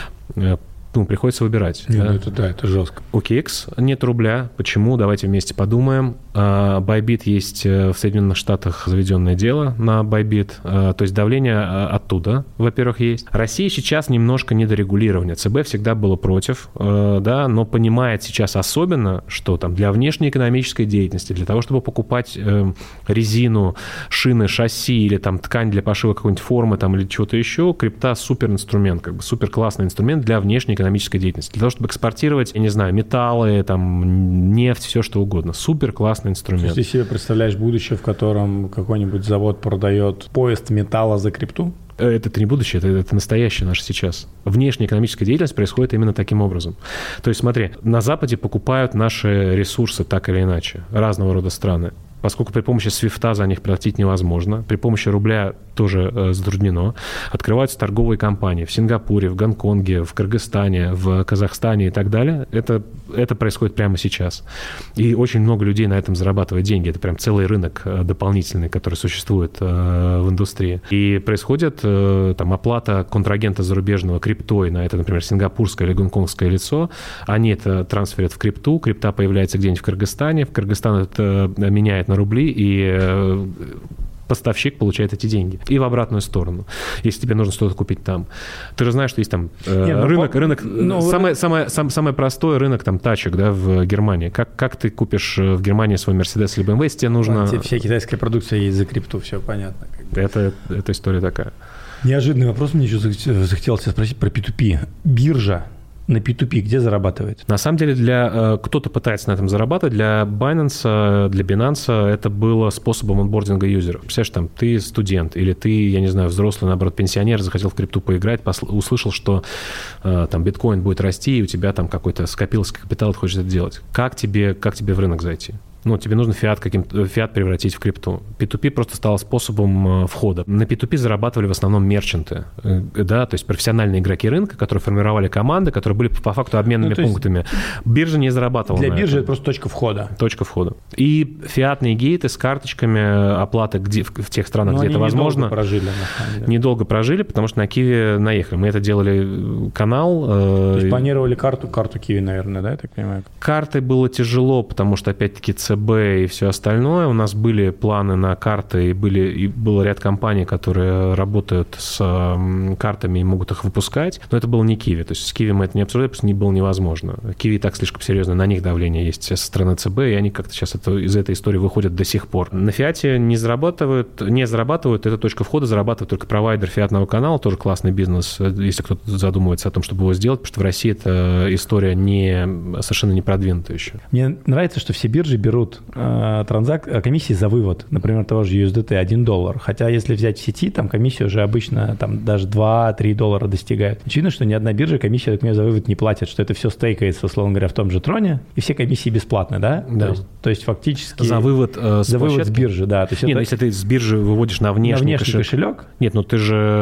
Speaker 2: ну, приходится выбирать.
Speaker 1: Не,
Speaker 2: да?
Speaker 1: ну это, да, это жестко.
Speaker 2: о кей экс нет рубля. Почему? Давайте вместе подумаем. Bybit есть в Соединенных Штатах заведенное дело на Bybit. То есть давление оттуда, во-первых, есть. Россия сейчас немножко недорегулирована. ЦБ всегда было против, да, но понимает сейчас особенно, что там для внешнеэкономической деятельности, для того, чтобы покупать резину, шины, шасси или там ткань для пошива какой-нибудь формы там, или чего-то еще, крипта супер инструмент, как бы супер классный инструмент для внешнеэкономической экономической деятельности, для того, чтобы экспортировать, я не знаю, металлы, там, нефть, все что угодно. Супер классный инструмент.
Speaker 1: То есть ты себе представляешь будущее, в котором какой-нибудь завод продает поезд металла за крипту?
Speaker 2: Это, это не будущее, это, это настоящее наше сейчас. Внешняя экономическая деятельность происходит именно таким образом. То есть смотри, на Западе покупают наши ресурсы так или иначе, разного рода страны. поскольку при помощи свифта за них платить невозможно, при помощи рубля тоже э, затруднено, открываются торговые компании в Сингапуре, в Гонконге, в Кыргызстане, в Казахстане и так далее. Это, это происходит прямо сейчас. И очень много людей на этом зарабатывает деньги. Это прям целый рынок э, дополнительный, который существует э, в индустрии. И происходит э, там оплата контрагента зарубежного криптой на это, например, сингапурское или гонконгское лицо. Они это трансферят в крипту, крипта появляется где-нибудь в Кыргызстане, в Кыргызстан это меняет на рубли, и э, поставщик получает эти деньги. И в обратную сторону, если тебе нужно что-то купить там. Ты же знаешь, что есть там э, Нет, рынок, по... рынок ну, самое, самое, сам, самое простое рынок там тачек, да, в Германии. Как, как ты купишь в Германии свой Мерседес или бэ эм вэ, если тебе нужно...
Speaker 1: А, вся китайская продукция есть за крипту, все понятно.
Speaker 2: Это, это история такая.
Speaker 1: Неожиданный вопрос, мне еще захотелось спросить про пи ту пи. Биржа на пи ту пи где зарабатывает?
Speaker 2: На самом деле, для кто-то пытается на этом зарабатывать. Для Binance, для Binance это было способом онбординга юзеров. Представляешь, там, ты студент или ты, я не знаю, взрослый, наоборот, пенсионер, захотел в крипту поиграть, посл- услышал, что там биткоин будет расти, и у тебя там какой-то скопился капитал, ты хочешь это делать. Как тебе, как тебе в рынок зайти? Ну, тебе нужно фиат, каким-то, фиат превратить в крипту. пи ту пи просто стало способом входа. На пи ту пи зарабатывали в основном мерчанты, да, то есть профессиональные игроки рынка, которые формировали команды, которые были по факту обменными ну, пунктами. Биржа не зарабатывала
Speaker 1: Для
Speaker 2: на
Speaker 1: биржи
Speaker 2: этом.
Speaker 1: Это просто точка входа.
Speaker 2: Точка входа. И фиатные гейты с карточками оплаты где, в, в тех странах, Но где это возможно.
Speaker 1: Недолго прожили, на самом деле.
Speaker 2: Недолго прожили, потому что на Киви наехали. Мы это делали канал.
Speaker 1: То есть планировали карту, карту Киви, наверное, да, я так понимаю?
Speaker 2: Картой было тяжело, потому что, опять-таки, цэ бэ и все остальное. У нас были планы на карты, и, были, и был ряд компаний, которые работают с э, картами и могут их выпускать. Но это было не Киви. То есть с Киви мы это не обсуждали, потому что не было невозможно. Киви так слишком серьезно, на них давление есть со стороны цэ бэ, и они как-то сейчас это, из этой истории выходят до сих пор. На фиате не зарабатывают, не зарабатывают, это точка входа, зарабатывает только провайдер фиатного канала, тоже классный бизнес, если кто-то задумывается о том, чтобы его сделать, потому что в России эта история не, совершенно не продвинута еще.
Speaker 1: Мне нравится, что все биржи берут э, транзак... комиссии за вывод, например, того же ю эс ди ти один доллар, хотя если взять в сети, там комиссия уже обычно там, даже два-три доллара достигает. Очевидно, что ни одна биржа комиссию, так за вывод не платит, что это все стейкается, условно говоря, в том же троне, и все комиссии бесплатны, да?
Speaker 2: Да.
Speaker 1: То есть, то есть фактически...
Speaker 2: За вывод э, с
Speaker 1: За вывод с биржи, да. То есть
Speaker 2: Нет,
Speaker 1: это...
Speaker 2: если ты с биржи выводишь на внешний,
Speaker 1: на внешний кошелек... кошелек?
Speaker 2: Нет, ну ты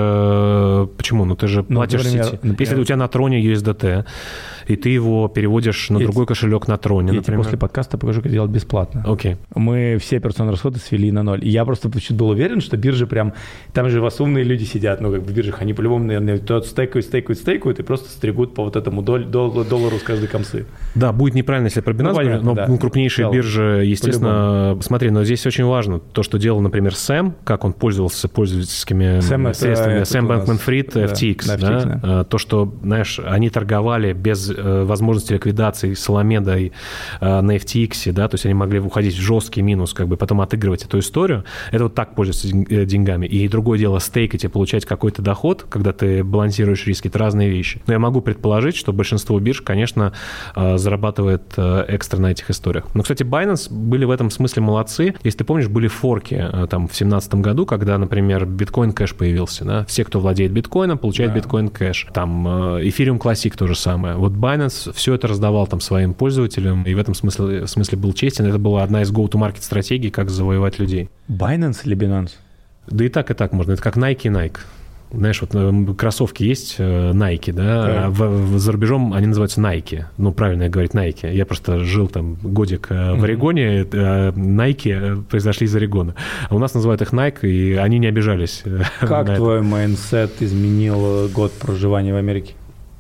Speaker 2: же... Почему? Ну ты же ну, платишь например, сети. Например... Если у тебя на троне ю эс ди ти, и ты его переводишь на я другой кошелек на троне,
Speaker 1: я
Speaker 2: например...
Speaker 1: после подкаста покажу, как делать бесплатно.
Speaker 2: Окей. Okay.
Speaker 1: Мы все операционные расходы свели на ноль. И я просто почему-то был уверен, что биржи прям... Там же у вас умные люди сидят, ну как в биржах, они по-любому, наверное, то стейкают, стейкают, стейкают и просто стригут по вот этому дол- дол- доллару с каждой комсы.
Speaker 2: Да, будет неправильно, если про Binance ну, говорю, но да. крупнейшие Целом. биржи, естественно... По-любому. Смотри, но здесь очень важно то, что делал, например, Сэм, как он пользовался пользовательскими Сэм средствами. Сэм Бэнкман-Фрид, эф ти экс. Да, да, эф ти экс да. То, что, знаешь, они торговали без э, возможности ликвидации с Аламедой э, на эф ти экс, да, то есть они могли уходить в жесткий минус, как бы потом отыгрывать эту историю. Это вот так пользоваться деньгами. И другое дело, стейкать и получать какой-то доход, когда ты балансируешь риски, это разные вещи. Но я могу предположить, что большинство бирж, конечно, э, зарабатывает э, экстра на этих историях. Но, кстати, Binance были в этом смысле молодцы. Если ты помнишь, были форки э, там в семнадцатом году, когда, например, биткоин кэш появился. Да? Все, кто владеет биткоином, получают да. биткоин кэш. Там э, Ethereum Classic то же самое. Вот Binance все это раздавал там своим пользователям, и в этом смысле, в смысле был честен. Это была одна из go-to-market стратегий, как завоевать людей.
Speaker 1: Binance или Binance?
Speaker 2: Да и так, и так можно. Это как Nike и Nike. Знаешь, вот кроссовки есть Nike, да, а в, в, за рубежом они называются Nike. Ну, правильно говорить Nike. Я просто жил там годик в Орегоне, а Nike произошли из Орегона. А у нас называют их Nike, и они не обижались.
Speaker 1: Как твой майндсет изменил год проживания в Америке?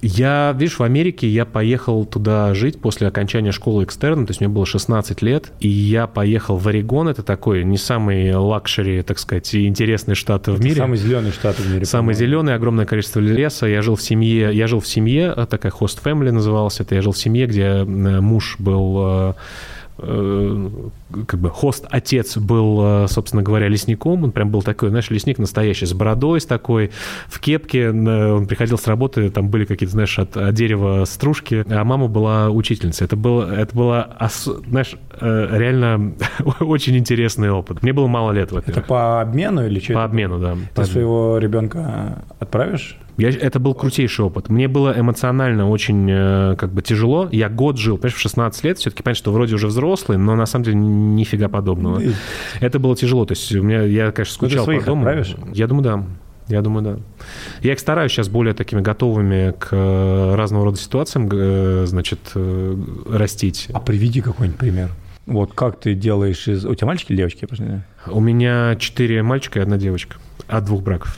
Speaker 2: Я, видишь, в Америке я поехал туда жить после окончания школы экстерна, то есть мне было шестнадцать лет, и я поехал в Орегон, это такой не самый лакшери, так сказать, интересный штат в
Speaker 1: это
Speaker 2: мире.
Speaker 1: Самый зеленый штат в мире.
Speaker 2: Самый зеленый, огромное количество леса. Я жил в семье, я жил в семье, такая host family называлась это, я жил в семье, где муж был... как бы хост-отец был, собственно говоря, лесником. Он прям был такой, знаешь, лесник настоящий, с бородой, с такой, в кепке. Он приходил с работы, там были какие-то, знаешь, от, от дерева стружки. А мама была учительницей. Это было, это было, знаешь, реально очень интересный опыт. Мне было мало лет, во-первых.
Speaker 1: Это по обмену или что?
Speaker 2: По обмену, да.
Speaker 1: Ты своего ребенка отправишь?
Speaker 2: Я, это был крутейший опыт. Мне было эмоционально очень как бы тяжело. Я год жил, понимаешь, в шестнадцать лет, все-таки, понятно, что вроде уже взрослый, но на самом деле нифига подобного. И... Это было тяжело. То есть у меня, я, конечно, скучал по дому.
Speaker 1: Отправишь?
Speaker 2: Я думаю, да. Я думаю, да. Я их стараюсь сейчас более такими готовыми к разного рода ситуациям, значит, растить.
Speaker 1: А приведи какой-нибудь пример. Вот как ты делаешь из... У тебя мальчики или девочки?
Speaker 2: У меня четыре мальчика и одна девочка. От двух браков.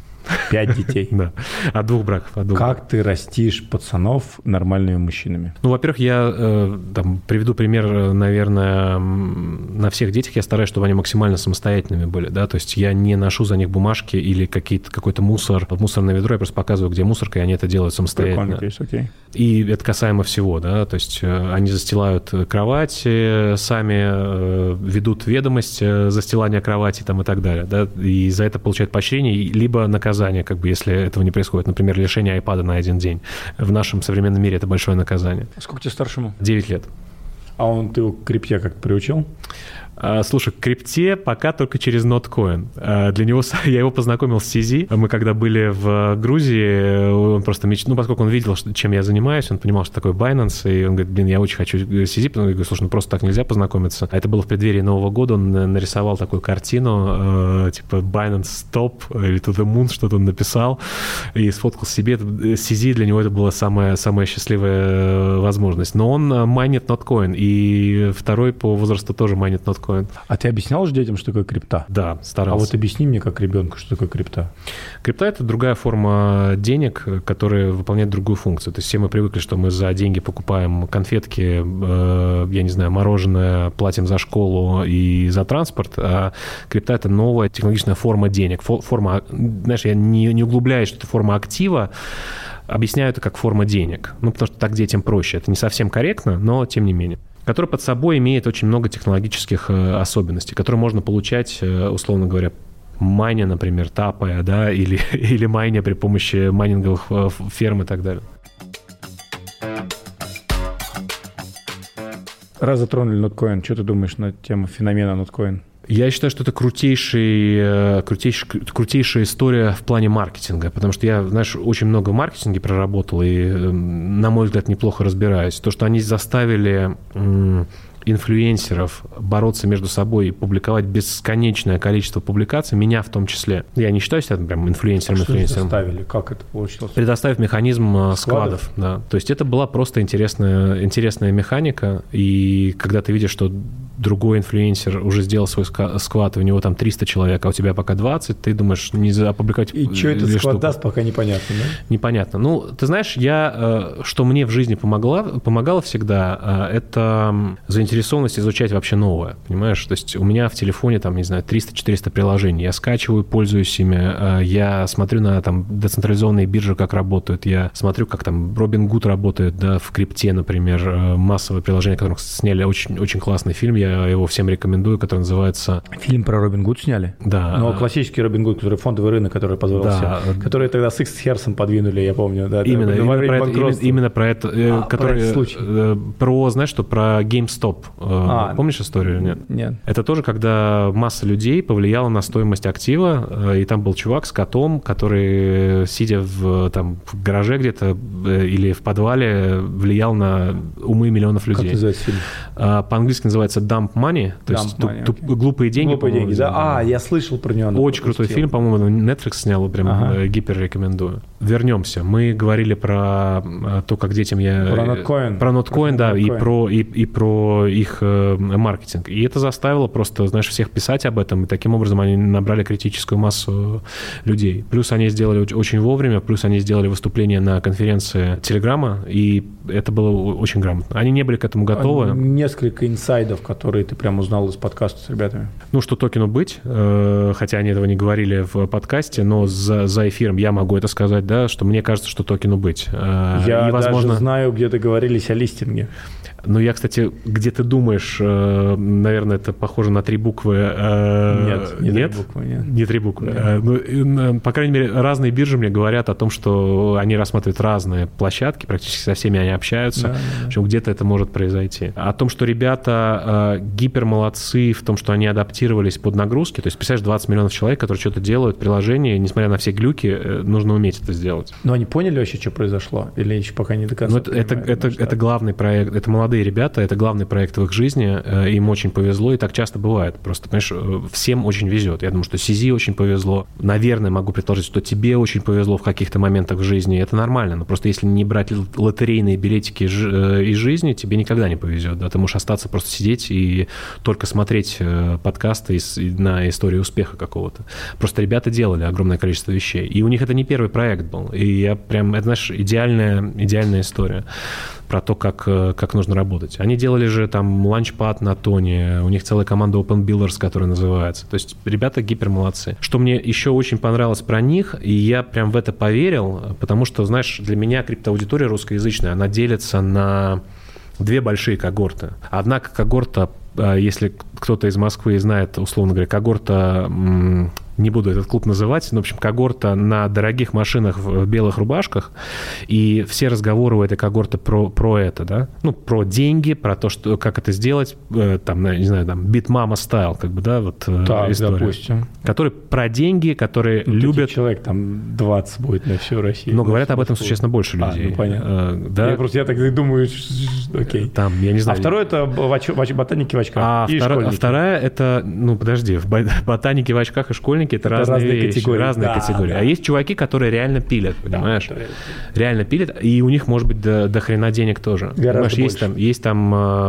Speaker 1: Пять детей?
Speaker 2: Да, от двух браков. От двух
Speaker 1: как
Speaker 2: браков.
Speaker 1: ты растишь пацанов нормальными мужчинами?
Speaker 2: Ну, во-первых, я э, там, приведу пример, наверное, на всех детях я стараюсь, чтобы они максимально самостоятельными были, да, то есть я не ношу за них бумажки или какие-то, какой-то мусор, мусорное ведро, я просто показываю, где мусорка, и они это делают самостоятельно.
Speaker 1: Прикольно, окей.
Speaker 2: И это касаемо всего, да, то есть они застилают кровать, сами э, ведут ведомость застилания кровати там и так далее, да, и за это получают поощрение, либо наказание. Как бы, если этого не происходит. Например, лишение айпада на один день. В нашем современном мире это большое наказание.
Speaker 1: Сколько тебе старшему?
Speaker 2: Девять лет.
Speaker 1: А он, ты его к крипте как-то приучил?
Speaker 2: Слушай, к крипте пока только через Notcoin. Для него, я его познакомил с си зет. Мы когда были в Грузии, он просто мечтал, ну, поскольку он видел, чем я занимаюсь, он понимал, что такое Binance, и он говорит, блин, я очень хочу си зет. Я говорю, слушай, ну просто так нельзя познакомиться. А это было в преддверии Нового года, он нарисовал такую картину, типа Binance Stop или To the Moon, что-то он написал, и сфоткал себе. си зет для него это была самая, самая счастливая возможность. Но он майнит Notcoin, и второй по возрасту тоже майнит Notcoin.
Speaker 1: А ты объяснял уже детям, что такое крипта?
Speaker 2: Да, старался.
Speaker 1: А вот объясни мне, как ребенку, что такое крипта.
Speaker 2: Крипта – это другая форма денег, которая выполняет другую функцию. То есть все мы привыкли, что мы за деньги покупаем конфетки, э, я не знаю, мороженое, платим за школу и за транспорт. А крипта – это новая технологичная форма денег. Форма, знаешь, я не, не углубляюсь, что это форма актива, объясняю это как форма денег. Ну, потому что так детям проще. Это не совсем корректно, но тем не менее. Который под собой имеет очень много технологических особенностей, которые можно получать, условно говоря, майня, например, тапая, да, или, или майня при помощи майнинговых ферм и так далее.
Speaker 1: Раз затронули Notcoin, что ты думаешь на тему феномена Notcoin?
Speaker 2: Я считаю, что это крутейший, крутейший, крутейшая история в плане маркетинга, потому что я, знаешь, очень много в маркетинге проработал и, на мой взгляд, неплохо разбираюсь. То, что они заставили инфлюенсеров бороться между собой и публиковать бесконечное количество публикаций, меня в том числе. Я не считаю себя прям инфлюенсером.
Speaker 1: А
Speaker 2: инфлюенсером.
Speaker 1: Что заставили? Как это получилось?
Speaker 2: Предоставив механизм складов.
Speaker 1: складов.
Speaker 2: Да. То есть это была просто интересная, интересная механика, и когда ты видишь, что другой инфлюенсер уже сделал свой сквад, у него там триста человек, а у тебя пока двадцать, ты думаешь, не опубликовать.
Speaker 1: И что этот сквад даст, пока непонятно, да?
Speaker 2: Непонятно. Ну, ты знаешь, я, что мне в жизни помогла, помогало всегда, это заинтересованность изучать вообще новое, понимаешь? То есть у меня в телефоне, там, не знаю, триста-четыреста приложений, я скачиваю, пользуюсь ими, я смотрю на там децентрализованные биржи, как работают, я смотрю, как там Robinhood работает, да, в крипте, например, массовое приложение, которое сняли очень, очень классный фильм, я его всем рекомендую, который называется...
Speaker 1: Фильм про Робин Гуд сняли?
Speaker 2: Да.
Speaker 1: Но классический Робин Гуд, который фондовый рынок, который позволил да. всем, который тогда с Икс Херсом подвинули, я помню. Да,
Speaker 2: именно, именно, про это, именно, именно про это, а, который,
Speaker 1: про, случай.
Speaker 2: про, знаешь что, про GameStop. А, Помнишь историю? Нет?
Speaker 1: Нет.
Speaker 2: Это тоже, когда масса людей повлияла на стоимость актива, и там был чувак с котом, который, сидя в, там, в гараже где-то или в подвале, влиял на умы миллионов людей.
Speaker 1: Как называется фильм?
Speaker 2: По-английски называется Dump Money, то
Speaker 1: Dump
Speaker 2: есть
Speaker 1: money,
Speaker 2: туп,
Speaker 1: okay.
Speaker 2: глупые деньги.
Speaker 1: Глупые деньги, да. А, я слышал про него.
Speaker 2: Очень крутой фильм, по-моему, Netflix снял, прям ага. гипер рекомендую. Вернемся. Мы говорили про то, как детям я...
Speaker 1: Про Notcoin.
Speaker 2: Про Notcoin, да, и про, и, и про их маркетинг. И это заставило просто, знаешь, всех писать об этом, и таким образом они набрали критическую массу людей. Плюс они сделали очень вовремя, плюс они сделали выступление на конференции Телеграма, и это было очень грамотно. Они не были к этому готовы.
Speaker 1: Несколько инсайдов, которые ты прям узнал из подкаста с ребятами.
Speaker 2: Ну, что токену быть, хотя они этого не говорили в подкасте, но за, за эфиром я могу это сказать, да, что мне кажется, что токену быть.
Speaker 1: Я и, возможно... даже знаю, где договорились о листинге.
Speaker 2: Ну, я, кстати, где ты думаешь, наверное, это похоже на три буквы.
Speaker 1: Нет, не
Speaker 2: нет?
Speaker 1: три буквы. Нет.
Speaker 2: Не три буквы. Ну, по крайней мере, разные биржи мне говорят о том, что они рассматривают разные площадки, практически со всеми они общаются, да, да, да. Причем где-то это может произойти. О том, что ребята ребята гипермолодцы в том, что они адаптировались под нагрузки. То есть, представляешь, двадцать миллионов человек, которые что-то делают в приложении, несмотря на все глюки, нужно уметь это сделать.
Speaker 1: Но они поняли вообще, что произошло? Или еще пока не до конца?
Speaker 2: Ну, это, это, это, это главный проект, это молодые ребята, это главный проект в их жизни, им очень повезло, и так часто бывает. Просто, понимаешь, всем очень везет. Я думаю, что Сизи очень повезло. Наверное, могу предположить, что тебе очень повезло в каких-то моментах в жизни. Это нормально, но просто если не брать лотерейные билетики из жизни, тебе никогда не повезет. Да? Ты можешь остаться просто сидеть и только смотреть подкасты на историю успеха какого-то. Просто ребята делали огромное количество вещей. И у них это не первый проект был. И я прям, это, знаешь, идеальная, идеальная история про то, как, как нужно работать. Они делали же там ланчпад на Тоне, у них целая команда Open Builders, которая называется. То есть ребята гипермолодцы. Что мне еще очень понравилось про них, и я прям в это поверил, потому что, знаешь, для меня криптоаудитория русскоязычная, она делится на две большие когорты. Одна когорта, если кто-то из Москвы знает, условно говоря, когорта... Не буду этот клуб называть, но, в общем, когорта на дорогих машинах в белых рубашках, и все разговоры у этой когорты про, про это, да, ну, про деньги, про то, что, как это сделать, там, не знаю, там, Bitmama стайл, как бы, да, вот
Speaker 1: так,
Speaker 2: история.
Speaker 1: Допустим.
Speaker 2: Которые про деньги, которые ну, любят...
Speaker 1: человек там двадцать будет на всю Россию.
Speaker 2: Но говорят об этом существенно больше людей.
Speaker 1: А, ну, понятно.
Speaker 2: А, да?
Speaker 1: Я просто, я так думаю, окей.
Speaker 2: Там, я не знаю.
Speaker 1: А второе, это ботаники в очках
Speaker 2: а
Speaker 1: и
Speaker 2: второ,
Speaker 1: школьники.
Speaker 2: А вторая, это, ну, подожди, ботаники в очках и школьники, это, это разные, разные вещи, категории. Разные да, категории. Да. А есть чуваки, которые реально пилят, понимаешь? Да, реально пилят, и у них, может быть, до, до хрена денег тоже. Понимаешь, есть там, есть там,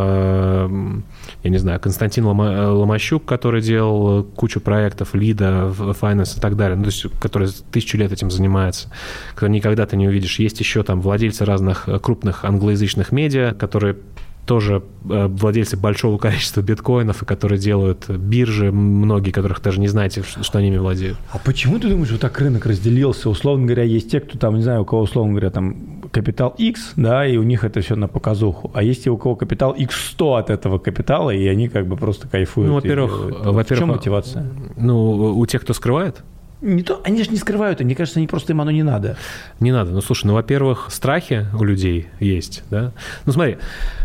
Speaker 2: э, я не знаю, Константин Лома, Ломащук, который делал кучу проектов, Лида, Finance и так далее, ну, то есть, который тысячу лет этим занимается, который никогда ты не увидишь. Есть еще там владельцы разных крупных англоязычных медиа, которые тоже владельцы большого количества биткоинов, и которые делают биржи, многие, которых даже не знаете, что они ими владеют.
Speaker 1: А почему ты думаешь, вот так рынок разделился? Условно говоря, есть те, кто там, не знаю, у кого, условно говоря, там капитал X, да, и у них это все на показуху. А есть те, у кого капитал икс сто от этого капитала, и они как бы просто кайфуют.
Speaker 2: Ну, во-первых, во-первых,
Speaker 1: в чем мотивация?
Speaker 2: Ну, у тех, кто скрывает?
Speaker 1: Не то, они же не скрывают, мне кажется, они просто им оно не надо.
Speaker 2: Не надо. Ну, слушай, ну, во-первых, страхи у людей есть, да. Ну, смотри,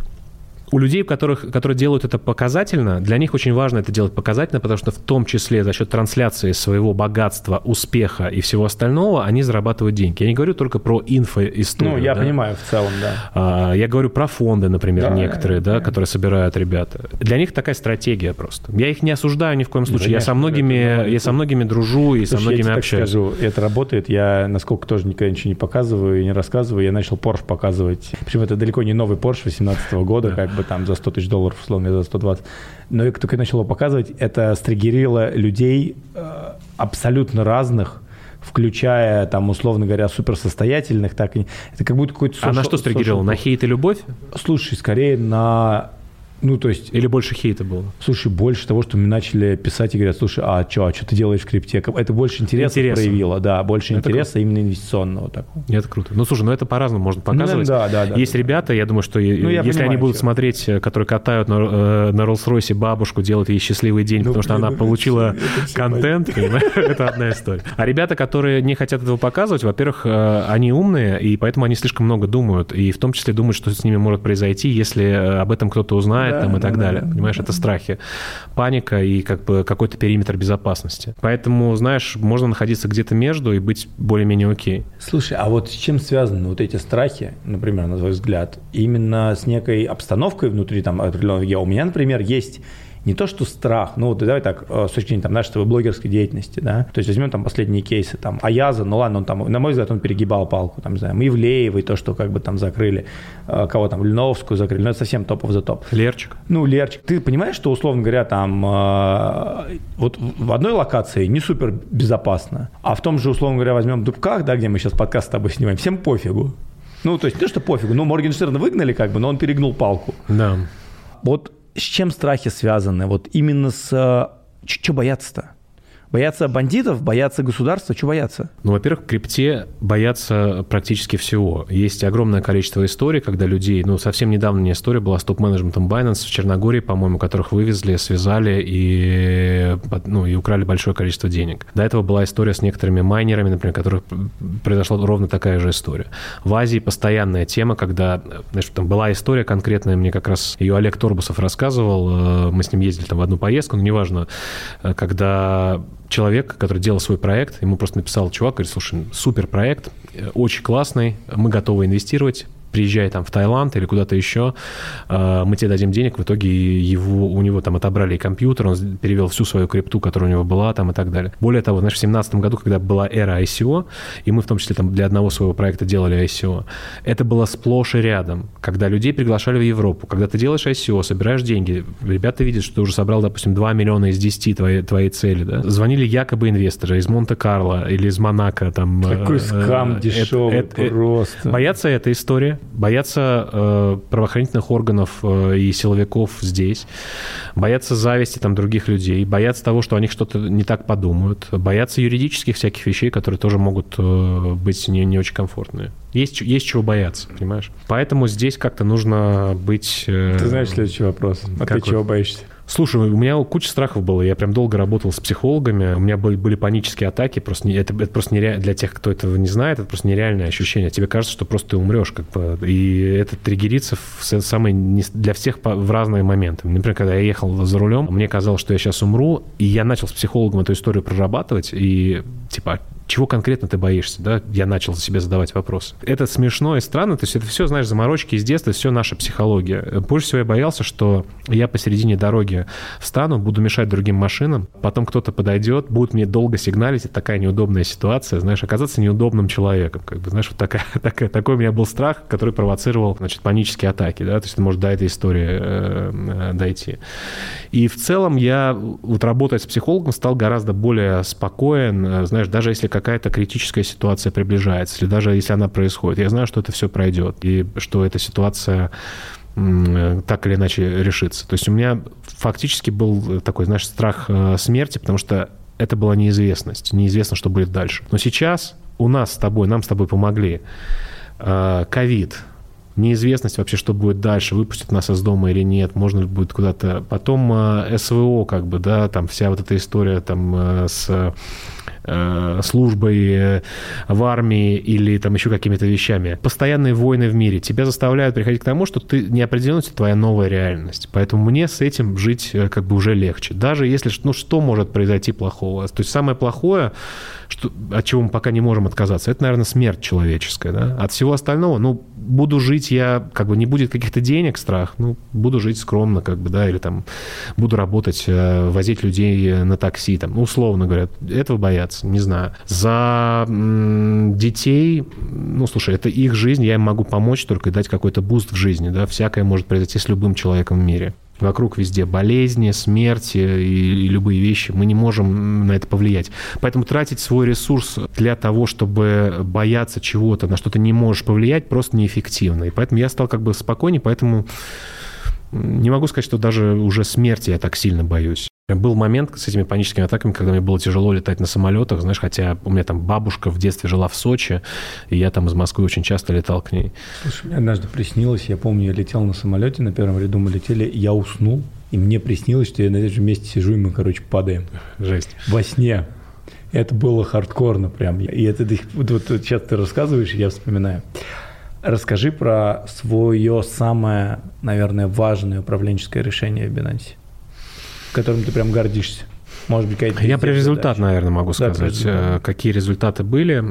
Speaker 2: у людей, которых, которые делают это показательно, для них очень важно это делать показательно, потому что в том числе за счет трансляции своего богатства, успеха и всего остального они зарабатывают деньги. Я не говорю только про инфоисторию.
Speaker 1: Ну, я
Speaker 2: да?
Speaker 1: понимаю в целом, да.
Speaker 2: А, я говорю про фонды, например, да, некоторые, да,
Speaker 1: да,
Speaker 2: которые собирают ребята. Для них такая стратегия просто. Я их не осуждаю ни в коем случае. Да, я, со многими, я со многими дружу и Слушай, со многими
Speaker 1: я тебе
Speaker 2: общаюсь.
Speaker 1: Так скажу, это работает. Я, насколько тоже никогда ничего не показываю и не рассказываю, я начал Porsche показывать. Причем это далеко не новый Porsche восемнадцатого года, да. как бы там за сто тысяч долларов, условно, за сто двадцать. Но я только начал его показывать, это стригерило людей э, абсолютно разных, включая, там, условно говоря, суперсостоятельных. Так, это как будто какой-то...
Speaker 2: А social, на что стригерило? На хейт и любовь?
Speaker 1: Слушай, скорее на... Ну, то есть...
Speaker 2: Или больше хейта было?
Speaker 1: Слушай, больше того, что мне начали писать и говорят, слушай, а что, а что ты делаешь в крипте? Это больше интереса Интересно. проявило, да, больше это интереса круто. Именно инвестиционного такого.
Speaker 2: Это круто. Ну, слушай, ну это по-разному можно показывать.
Speaker 1: Ну, да, да, да,
Speaker 2: Есть
Speaker 1: да,
Speaker 2: ребята, я думаю, что ну, я если понимаю, они будут что. смотреть, которые катают на, на Роллс-Ройсе бабушку, делают ей счастливый день, ну, потому что она получила контент, это одна история. А ребята, которые не хотят этого показывать, во-первых, они умные, и поэтому они слишком много думают, и в том числе думают, что с ними может произойти, если об этом кто-то узнает там, и так далее. Понимаешь, это страхи, паника и как бы какой-то периметр безопасности. Поэтому, знаешь, можно находиться где-то между и быть более-менее окей.
Speaker 1: Слушай, а вот с чем связаны вот эти страхи, например, на твой взгляд? Именно с некой обстановкой внутри там определенного я. У меня, например, есть не то, что страх, ну, вот давай так, с точки зрения там, нашей блогерской деятельности, да, то есть возьмем там последние кейсы, там, Аяза, ну ладно, он там, на мой взгляд, он перегибал палку, там, не знаю, Ивлеевой, то, что как бы там закрыли, кого там, Льновскую закрыли, ну, это совсем топов за топ.
Speaker 2: Лерчик.
Speaker 1: Ну, Лерчик. Ты понимаешь, что, условно говоря, там, вот в одной локации не супер безопасно, а в том же, условно говоря, возьмем Дубках, да, где мы сейчас подкаст с тобой снимаем, всем пофигу. Ну, то есть не то, что пофигу, ну, Моргенштерна выгнали, как бы, но он перегнул палку.
Speaker 2: Да.
Speaker 1: Вот с чем страхи связаны? Вот именно с... Что бояться-то? Боятся бандитов, боятся государства, что боятся?
Speaker 2: Ну, во-первых, в крипте боятся практически всего. Есть огромное количество историй, когда людей, ну, совсем недавно не история была с топ-менеджментом Binance в Черногории, по-моему, которых вывезли, связали и, ну, и украли большое количество денег. До этого была история с некоторыми майнерами, например, у которых произошла ровно такая же история. В Азии постоянная тема, когда, знаешь, там была история конкретная, мне как раз ее Олег Торбусов рассказывал, мы с ним ездили там в одну поездку, но неважно, когда человек, который делал свой проект, ему просто написал чувак, говорит, слушай, супер проект, очень классный, мы готовы инвестировать, приезжай там в Таиланд или куда-то еще, мы тебе дадим денег. В итоге его, у него там отобрали и компьютер, он перевел всю свою крипту, которая у него была там и так далее. Более того, знаешь, в две тысячи семнадцатом году, когда была эра ай си о, и мы в том числе там для одного своего проекта делали ай си о, это было сплошь и рядом, когда людей приглашали в Европу. Когда ты делаешь ай си о, собираешь деньги, ребята видят, что ты уже собрал, допустим, два миллиона из десяти твоей, твоей цели, да? Звонили якобы инвесторы из Монте-Карло или из Монако. Там,
Speaker 1: Такой скам э, дешевый это, просто.
Speaker 2: Это, боятся этой истории. Боятся э, правоохранительных органов э, и силовиков здесь, боятся зависти там, других людей, боятся того, что о них что-то не так подумают, боятся юридических всяких вещей, которые тоже могут э, быть не, не очень комфортные. Есть, есть чего бояться, понимаешь? Поэтому здесь как-то нужно быть... Э,
Speaker 1: Ты знаешь следующий вопрос. А ты чего боишься?
Speaker 2: Слушай, у меня куча страхов было. Я прям долго работал с психологами. У меня были, были панические атаки. Просто не, это, это просто нереально. Для тех, кто этого не знает, это просто нереальное ощущение. Тебе кажется, что просто ты умрешь. Как бы, и это триггерится в самые, не, для всех в разные моменты. Например, когда я ехал за рулем, мне казалось, что я сейчас умру. И я начал с психологом эту историю прорабатывать. И типа... Чего конкретно ты боишься, да? Я начал себе задавать вопросы. Это смешно и странно, то есть это все, знаешь, заморочки из детства, все наша психология. Больше всего я боялся, что я посередине дороги встану, буду мешать другим машинам, потом кто-то подойдет, будет мне долго сигналить, это такая неудобная ситуация, знаешь, оказаться неудобным человеком, как бы, знаешь, вот такая, такая, такой у меня был страх, который провоцировал, значит, панические атаки, да, то есть это может до этой истории э, дойти. И в целом я, вот работая с психологом, стал гораздо более спокоен, знаешь, даже если какая-то критическая ситуация приближается, или даже если она происходит, я знаю, что это все пройдет, и что эта ситуация м, так или иначе решится. То есть у меня фактически был такой, знаешь, страх смерти, потому что это была неизвестность, неизвестно, что будет дальше. Но сейчас у нас с тобой, нам с тобой помогли ковид, неизвестность вообще, что будет дальше, выпустят нас из дома или нет, можно ли будет куда-то... Потом э, СВО, как бы, да, там вся вот эта история там э, с э, службой э, в армии или там еще какими-то вещами. Постоянные войны в мире тебя заставляют приходить к тому, что ты неопределенность — твоя новая реальность. Поэтому мне с этим жить э, как бы уже легче. Даже если, ну, что может произойти плохого? То есть самое плохое, что, от чего мы пока не можем отказаться, это, наверное, смерть человеческая, да? От всего остального, ну, буду жить я, как бы, не будет каких-то денег, страх, ну, буду жить скромно, как бы, да, или там буду работать, возить людей на такси, там, ну, условно говоря, этого боятся, не знаю. За м- детей, ну, слушай, это их жизнь, я им могу помочь только и дать какой-то буст в жизни, да, всякое может произойти с любым человеком в мире. Вокруг везде болезни, смерти и, и любые вещи. Мы не можем на это повлиять. Поэтому тратить свой ресурс для того, чтобы бояться чего-то, на что ты не можешь повлиять, просто неэффективно. И поэтому я стал как бы спокойнее, поэтому не могу сказать, что даже уже смерти я так сильно боюсь. Был момент с этими паническими атаками, когда мне было тяжело летать на самолетах, знаешь, хотя у меня там бабушка в детстве жила в Сочи, и я там из Москвы очень часто летал к ней.
Speaker 1: Слушай, мне однажды приснилось, я помню, я летел на самолете, на первом ряду мы летели, я уснул, и мне приснилось, что я на этом же месте сижу, и мы, короче, падаем.
Speaker 2: Жесть.
Speaker 1: Во сне. Это было хардкорно прям. И это вот, вот сейчас ты рассказываешь, и я вспоминаю. Расскажи про свое самое, наверное, важное управленческое решение в Binance, которым ты прям гордишься. Может быть, какая-то...
Speaker 2: Я про результат, задача. наверное, могу сказать. Да, результат. Какие результаты были.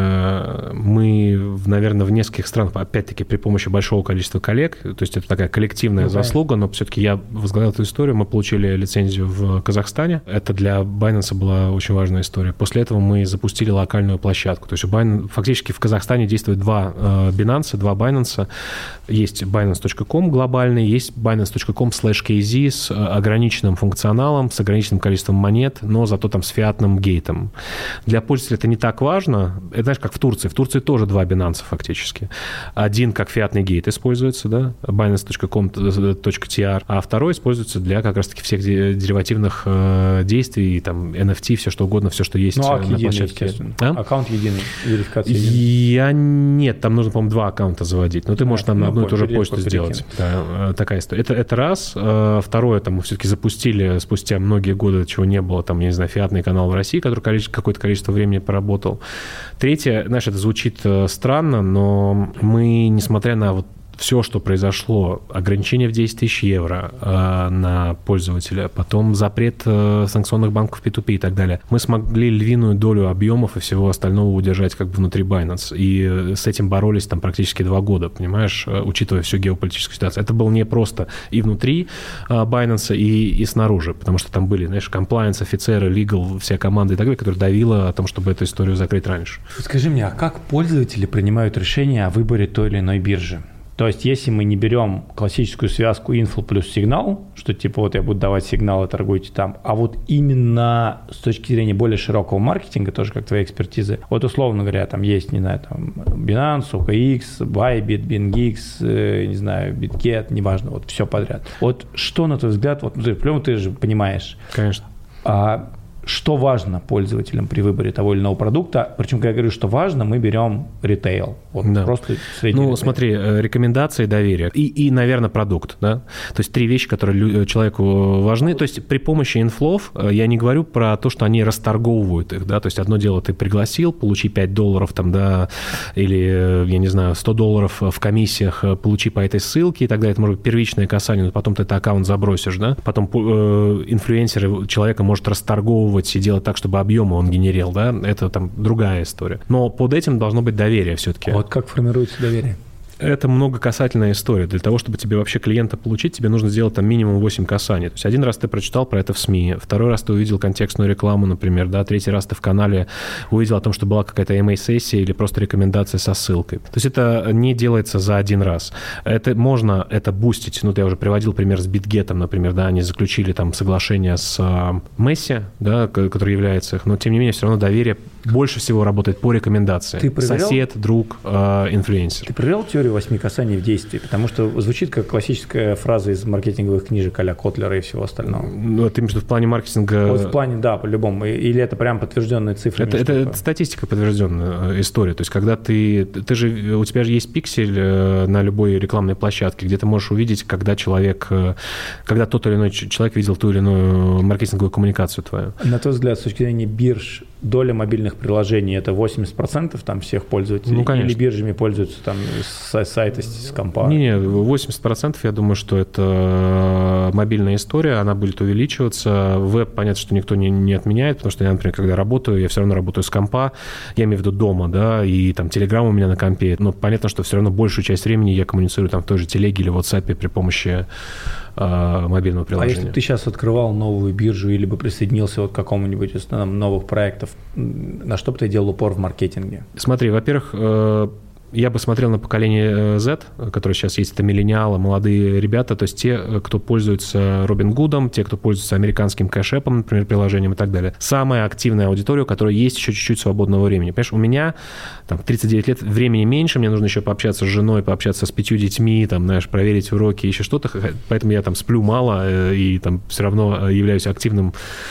Speaker 2: Мы, наверное, в нескольких странах, опять-таки, при помощи большого количества коллег, то есть это такая коллективная ну, заслуга, конечно. Но все-таки я возглавлял эту историю, мы получили лицензию в Казахстане. Это для Binance была очень важная история. После этого мы запустили локальную площадку. То есть у Binance, фактически в Казахстане действует два Binance, два Binance. Есть Binance точка ком глобальный, есть Binance точка ком слэш кей зет с ограниченным функционалом, с ограниченным количеством монет, монет, но зато там с фиатным гейтом. Для пользователя это не так важно. Это, знаешь, как в Турции. В Турции тоже два Binance фактически. Один как фиатный гейт используется, да, байнанс точка ком точка ти ар, а второй используется для как раз-таки всех деривативных э, действий, там, эн эф ти, все что угодно, все, что есть
Speaker 1: ну,
Speaker 2: на
Speaker 1: единый,
Speaker 2: площадке.
Speaker 1: А? Аккаунт единый, верификация единая.
Speaker 2: Я нет, там нужно, по-моему, два аккаунта заводить, но ты можешь а, там ну, на одну и ту же почту сделать. Да, такая история. Это, это раз. Второе, там мы все-таки запустили спустя многие годы, чего не было, там, я не знаю, фиатный канал в России, который количество, какое-то количество времени поработал. Третье, знаешь, это звучит странно, но мы, несмотря на вот все, что произошло, ограничение в десять тысяч евро э, на пользователя, потом запрет э, санкционных банков пи ту пи и так далее, мы смогли львиную долю объемов и всего остального удержать как бы внутри Binance. И с этим боролись там практически два года, понимаешь, э, учитывая всю геополитическую ситуацию. Это было не просто и внутри э, Binance, и, и снаружи, потому что там были, знаешь, compliance, офицеры, legal, вся команда и так далее, которая давила о том, чтобы эту историю закрыть раньше.
Speaker 1: Скажи мне, а как пользователи принимают решение о выборе той или иной биржи? То есть, если мы не берем классическую связку инфо плюс сигнал, что типа вот я буду давать сигналы, торгуйте там, а вот именно с точки зрения более широкого маркетинга, тоже как твоя экспертиза, вот условно говоря, там есть, не знаю, там Binance, о ка икс, Bybit, BingX, э, не знаю, BitGet, неважно, вот все подряд. Вот что, на твой взгляд, вот, ну, ты же понимаешь.
Speaker 2: Конечно.
Speaker 1: А, что важно пользователям при выборе того или иного продукта? Причем, когда я говорю, что важно, мы берем ритейл. Вот
Speaker 2: да.
Speaker 1: Просто средний
Speaker 2: Ну,
Speaker 1: ритейл.
Speaker 2: Смотри, рекомендации, доверие и, и, наверное, продукт. Да? То есть три вещи, которые человеку важны. То есть при помощи инфлов я не говорю про то, что они расторговывают их. Да? То есть одно дело, ты пригласил, получи пять долларов там, да, или, я не знаю, сто долларов в комиссиях, получи по этой ссылке и так далее. Это может быть первичное касание, но потом ты этот аккаунт забросишь. Да? Потом э, инфлюенсер человека может расторговывать и делать так, чтобы объемы он генерил, да, это там другая история. Но под этим должно быть доверие все-таки.
Speaker 1: Вот как формируется доверие?
Speaker 2: Это многокасательная история. Для того, чтобы тебе вообще клиента получить, тебе нужно сделать там минимум восемь касаний. То есть один раз ты прочитал про это в СМИ, второй раз ты увидел контекстную рекламу, например, да, третий раз ты в канале увидел о том, что была какая-то эм эй-сессия или просто рекомендация со ссылкой. То есть это не делается за один раз. Это можно это бустить. Ну, я уже приводил пример с BitGet, например, да, они заключили там соглашение с Messi, да, который является их, но тем не менее все равно доверие больше всего работает по рекомендации.
Speaker 1: Ты проверял?
Speaker 2: Сосед, друг, э, инфлюенсер.
Speaker 1: Ты проверял теорию восьми касаний в действии? Потому что звучит как классическая фраза из маркетинговых книжек а-ля Котлера и всего остального.
Speaker 2: Ну, ты между в плане маркетинга...
Speaker 1: Вот в плане, да, по-любому. Или это прям подтвержденные цифры?
Speaker 2: Это, это статистика подтвержденная история. То есть, когда ты... Ты же... У тебя же есть пиксель на любой рекламной площадке, где ты можешь увидеть, когда человек... Когда тот или иной человек видел ту или иную маркетинговую коммуникацию твою.
Speaker 1: На твой взгляд, с точки зрения бирж, доля мобильных приложений – это восемьдесят процентов там всех пользователей?
Speaker 2: Ну, конечно.
Speaker 1: Или биржами пользуются там с сайта, с компанией?
Speaker 2: Не, восемьдесят процентов, я думаю, что это мобильная история, она будет увеличиваться. Веб, понятно, что никто не, не отменяет, потому что я, например, когда работаю, я все равно работаю с компа, я имею в виду дома, да, и там Telegram у меня на компе. Но понятно, что все равно большую часть времени я коммуницирую там в той же телеге или WhatsApp при помощи э, мобильного приложения.
Speaker 1: А если бы ты сейчас открывал новую биржу или бы присоединился вот к какому-нибудь из там, новых проектов, на что бы ты делал упор в маркетинге?
Speaker 2: Смотри, во-первых, э, я бы смотрел на поколение Z, которое сейчас есть, это миллениалы, молодые ребята, то есть те, кто пользуется Robinhood, те, кто пользуется американским кэш-эпом, например, приложением и так далее. Самая активная аудитория, у которой есть еще чуть-чуть свободного времени. Понимаешь, у меня там тридцать девять лет, времени меньше, мне нужно еще пообщаться с женой, пообщаться с пятью детьми, там, знаешь, проверить уроки, еще что-то, поэтому я там сплю мало и там все равно являюсь активным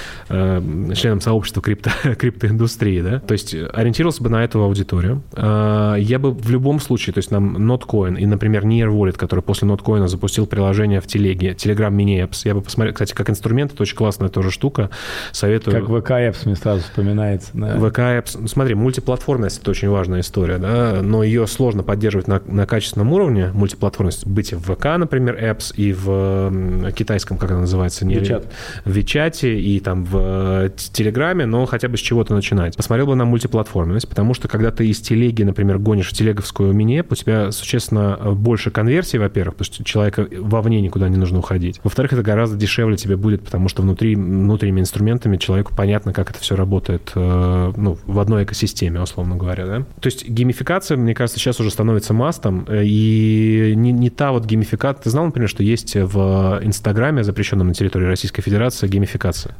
Speaker 2: членом сообщества крипто, криптоиндустрии, да, то есть ориентировался бы на эту аудиторию. Я бы в любом случае, то есть нам Notcoin и, например, Near Wallet, который после Notcoin запустил приложение в телеге, Telegram Mini Apps, я бы посмотрел, кстати, как инструмент, это очень классная тоже штука, советую.
Speaker 1: Как ви кей Apps мне сразу вспоминается. Да.
Speaker 2: ви кей Apps, ну, смотри, мультиплатформенность – это очень важная история, да, но ее сложно поддерживать на, на качественном уровне, мультиплатформенность, быть в ви кей, например, Apps, и в китайском, как она называется?
Speaker 1: WeChat.
Speaker 2: В WeChat и там в в Телеграме, но хотя бы с чего-то начинать. Посмотрел бы на мультиплатформенность, потому что когда ты из телеги, например, гонишь в телеговскую мини-эп, у тебя существенно больше конверсий, во-первых, потому что человека вовне никуда не нужно уходить. Во-вторых, это гораздо дешевле тебе будет, потому что внутри, внутренними инструментами человеку понятно, как это все работает, э, ну, в одной экосистеме, условно говоря, да. То есть геймификация, мне кажется, сейчас уже становится мастом, и не, не та вот геймификация. Ты знал, например, что есть в Инстаграме, запрещенном на территории Российской Федерации, геймификация?
Speaker 1: Прости,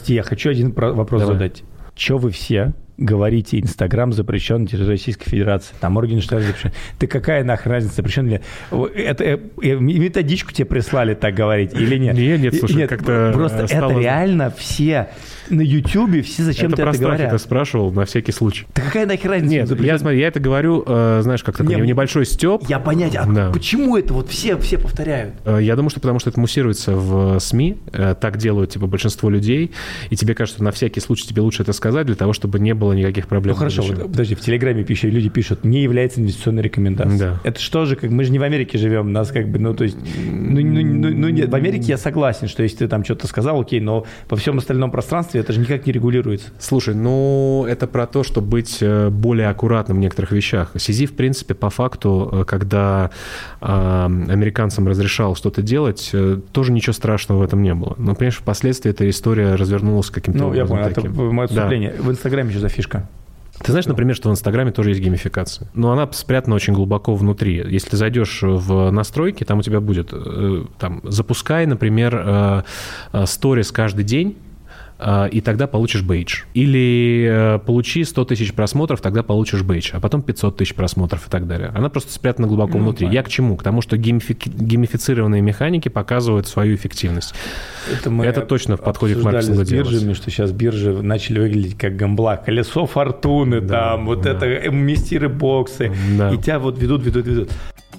Speaker 1: Подожди, я хочу один вопрос Давай. задать. Че вы все говорите, Инстаграм запрещен на территории Российской Федерации, там Моргенштерн запрещен. Ты какая нахрен разница, запрещен ли? Это методичку тебе прислали так говорить или нет?
Speaker 2: Нет, нет, слушай, нет, как-то
Speaker 1: просто стало... это реально все на Ютубе, все зачем-то это, это говорят.
Speaker 2: Это спрашивал на всякий случай.
Speaker 1: Да какая нахрен разница?
Speaker 2: Нет, запрещен? я, смотри, я это говорю, э, знаешь, как такой Нет, небольшой стёб.
Speaker 1: Я понять, а да. почему это вот все, все повторяют?
Speaker 2: Я думаю, что потому что это муссируется в СМИ, так делают типа большинство людей, и тебе кажется, на всякий случай тебе лучше это сказать для того, чтобы не было никаких проблем.
Speaker 1: Ну хорошо, вот, подожди, в Телеграме пишут, люди пишут, не является инвестиционной рекомендацией. Да. Это что же, как мы же не в Америке живем, нас как бы, ну то есть, ну, ну, ну, ну нет, в Америке я согласен, что если ты там что-то сказал, окей, но по всем остальном пространстве это же никак не регулируется.
Speaker 2: Слушай, ну это про то, чтобы быть более аккуратным в некоторых вещах. Сизи, в принципе, по факту, когда э, американцам разрешал что-то делать, э, тоже ничего страшного в этом не было. Но, понимаешь, впоследствии эта история развернулась каким-то
Speaker 1: ну,
Speaker 2: образом.
Speaker 1: Ну, я понял, таким. Это мое отступление. Да. В Инстаграме что за фишка?
Speaker 2: Ты знаешь, например, что в Инстаграме тоже есть геймификация. Но она спрятана очень глубоко внутри. Если ты зайдешь в настройки, там у тебя будет, э, там, запускай, например, сторис э, каждый день, и тогда получишь бейдж. Или получи сто тысяч просмотров, тогда получишь бейдж, а потом пятьсот тысяч просмотров и так далее. Она просто спрятана глубоко ну, внутри. Понятно. Я к чему? К тому, что геймифи... геймифицированные механики показывают свою эффективность. Это, мы Это точно подходит к маркетингу
Speaker 1: делать. С биржами, что сейчас биржи начали выглядеть как гамбла. Колесо фортуны, да, там, вот да. это мистеры боксы. Да. И тебя вот ведут, ведут, ведут.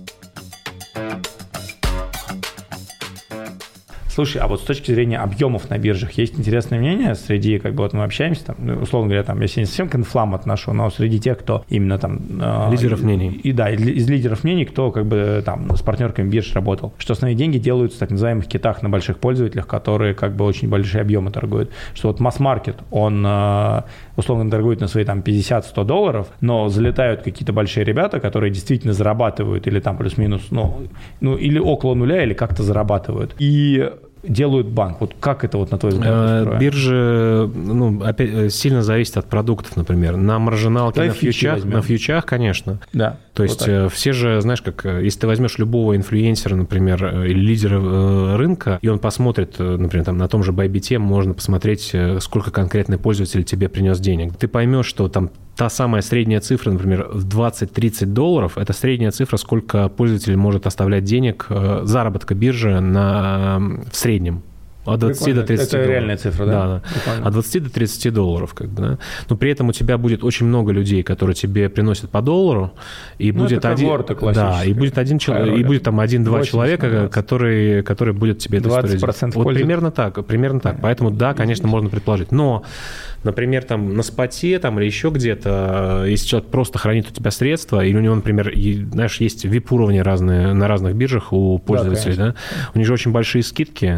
Speaker 1: Слушай, а вот с точки зрения объемов на биржах есть интересное мнение среди, как бы вот мы общаемся, там, условно говоря, там, я не совсем к инфлам отношу, но среди тех, кто именно там...
Speaker 2: Лидеров
Speaker 1: э,
Speaker 2: мнений.
Speaker 1: И, да, из лидеров мнений, кто как бы там с партнерками бирж работал, что основные деньги делаются в так называемых китах на больших пользователях, которые как бы очень большие объемы торгуют. Что вот масс-маркет, он условно торгует на свои там пятьдесят-сто долларов, но залетают какие-то большие ребята, которые действительно зарабатывают или там плюс-минус, ну, ну или около нуля, или как-то зарабатывают. И делают банк. Вот как это вот на твой взгляд устроено?
Speaker 2: Биржи, ну, опять, сильно зависит от продуктов, например. На маржиналке, на фьючах, на фьючах, конечно.
Speaker 1: Да.
Speaker 2: То есть вот все же, знаешь, как если ты возьмешь любого инфлюенсера, например, или лидера рынка, и он посмотрит, например, там на том же Байбите можно посмотреть, сколько конкретный пользователь тебе принес денег. Ты поймешь, что там та самая средняя цифра, например, в двадцать-тридцать долларов, это средняя цифра, сколько пользователь может оставлять денег, заработка биржи на, в среднем. От двадцати до тридцати
Speaker 1: Это долларов. Реальная цифра, да?
Speaker 2: Да, да. От двадцати до тридцати долларов, как бы, да. Но при этом у тебя будет очень много людей, которые тебе приносят по доллару, и ну, будет один, да, и будет один человек, и будет там один-два человека, который, который будет тебе эту историю делать. Вот примерно так, примерно так. Поэтому да, конечно, можно предположить. Но, например, там на споте там или еще где-то, если человек просто хранит у тебя средства, или у него, например, и, знаешь, есть ви ай пи-уровни разные на разных биржах у пользователей, да, да? У них же очень большие скидки.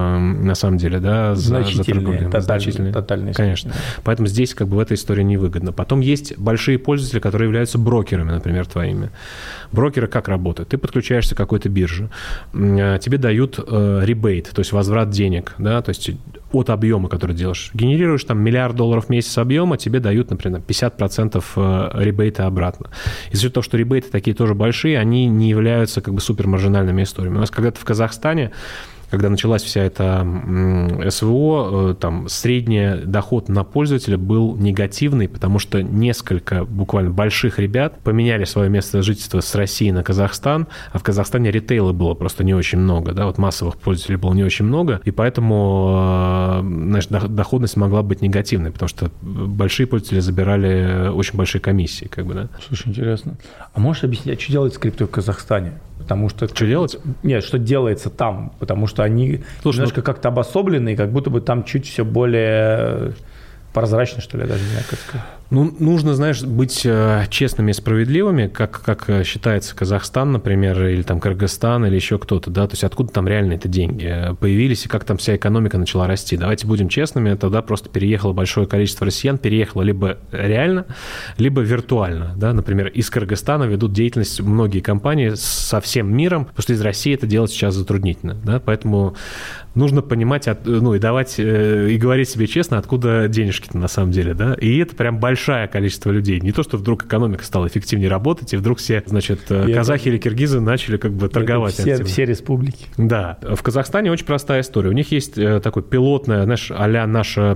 Speaker 2: На самом деле, да, за,
Speaker 1: значительные,
Speaker 2: за
Speaker 1: тотальные, тотальные.
Speaker 2: Конечно. Поэтому здесь как бы в этой истории невыгодно. Потом есть большие пользователи, которые являются брокерами, например, твоими. Брокеры как работают? Ты подключаешься к какой-то бирже, тебе дают э, ребейт, то есть возврат денег, да, то есть от объема, который делаешь. Генерируешь там миллиард долларов в месяц объема, тебе дают, например, пятьдесят процентов ребейта обратно. Из-за того, что ребейты такие тоже большие, они не являются как бы супермаржинальными историями. У нас когда-то в Казахстане, когда началась вся эта СВО, там средний доход на пользователя был негативный, потому что несколько буквально больших ребят поменяли свое место жительства с России на Казахстан, а в Казахстане ритейла было просто не очень много, да, вот массовых пользователей было не очень много, и поэтому, знаешь, доходность могла быть негативной, потому что большие пользователи забирали очень большие комиссии, как бы, да.
Speaker 1: Слушай, интересно. А можешь объяснить, а что делать с криптой в Казахстане? Потому что...
Speaker 2: Что делать?
Speaker 1: Нет, что делается там, потому что они Слушай, немножко ну... как-то обособлены, и как будто бы там чуть все более прозрачно, что ли, я даже не знаю, как сказать.
Speaker 2: Ну, нужно, знаешь, быть э, честными и справедливыми, как, как считается Казахстан, например, или там Кыргызстан, или еще кто-то, да, то есть откуда там реально это деньги появились, и как там вся экономика начала расти. Давайте будем честными, тогда просто переехало большое количество россиян, переехало либо реально, либо виртуально, да, например, из Кыргызстана ведут деятельность многие компании со всем миром, потому что из России это делать сейчас затруднительно, да, поэтому нужно понимать, ну, и давать, и говорить себе честно, откуда денежки денежки-то на самом деле, да, и это прям большое количество людей. Не то, что вдруг экономика стала эффективнее работать, и вдруг все, значит, и казахи это... или киргизы начали как бы торговать.
Speaker 1: Все, все республики.
Speaker 2: Да. В Казахстане очень простая история. У них есть такой пилотная, знаешь, а-ля наша,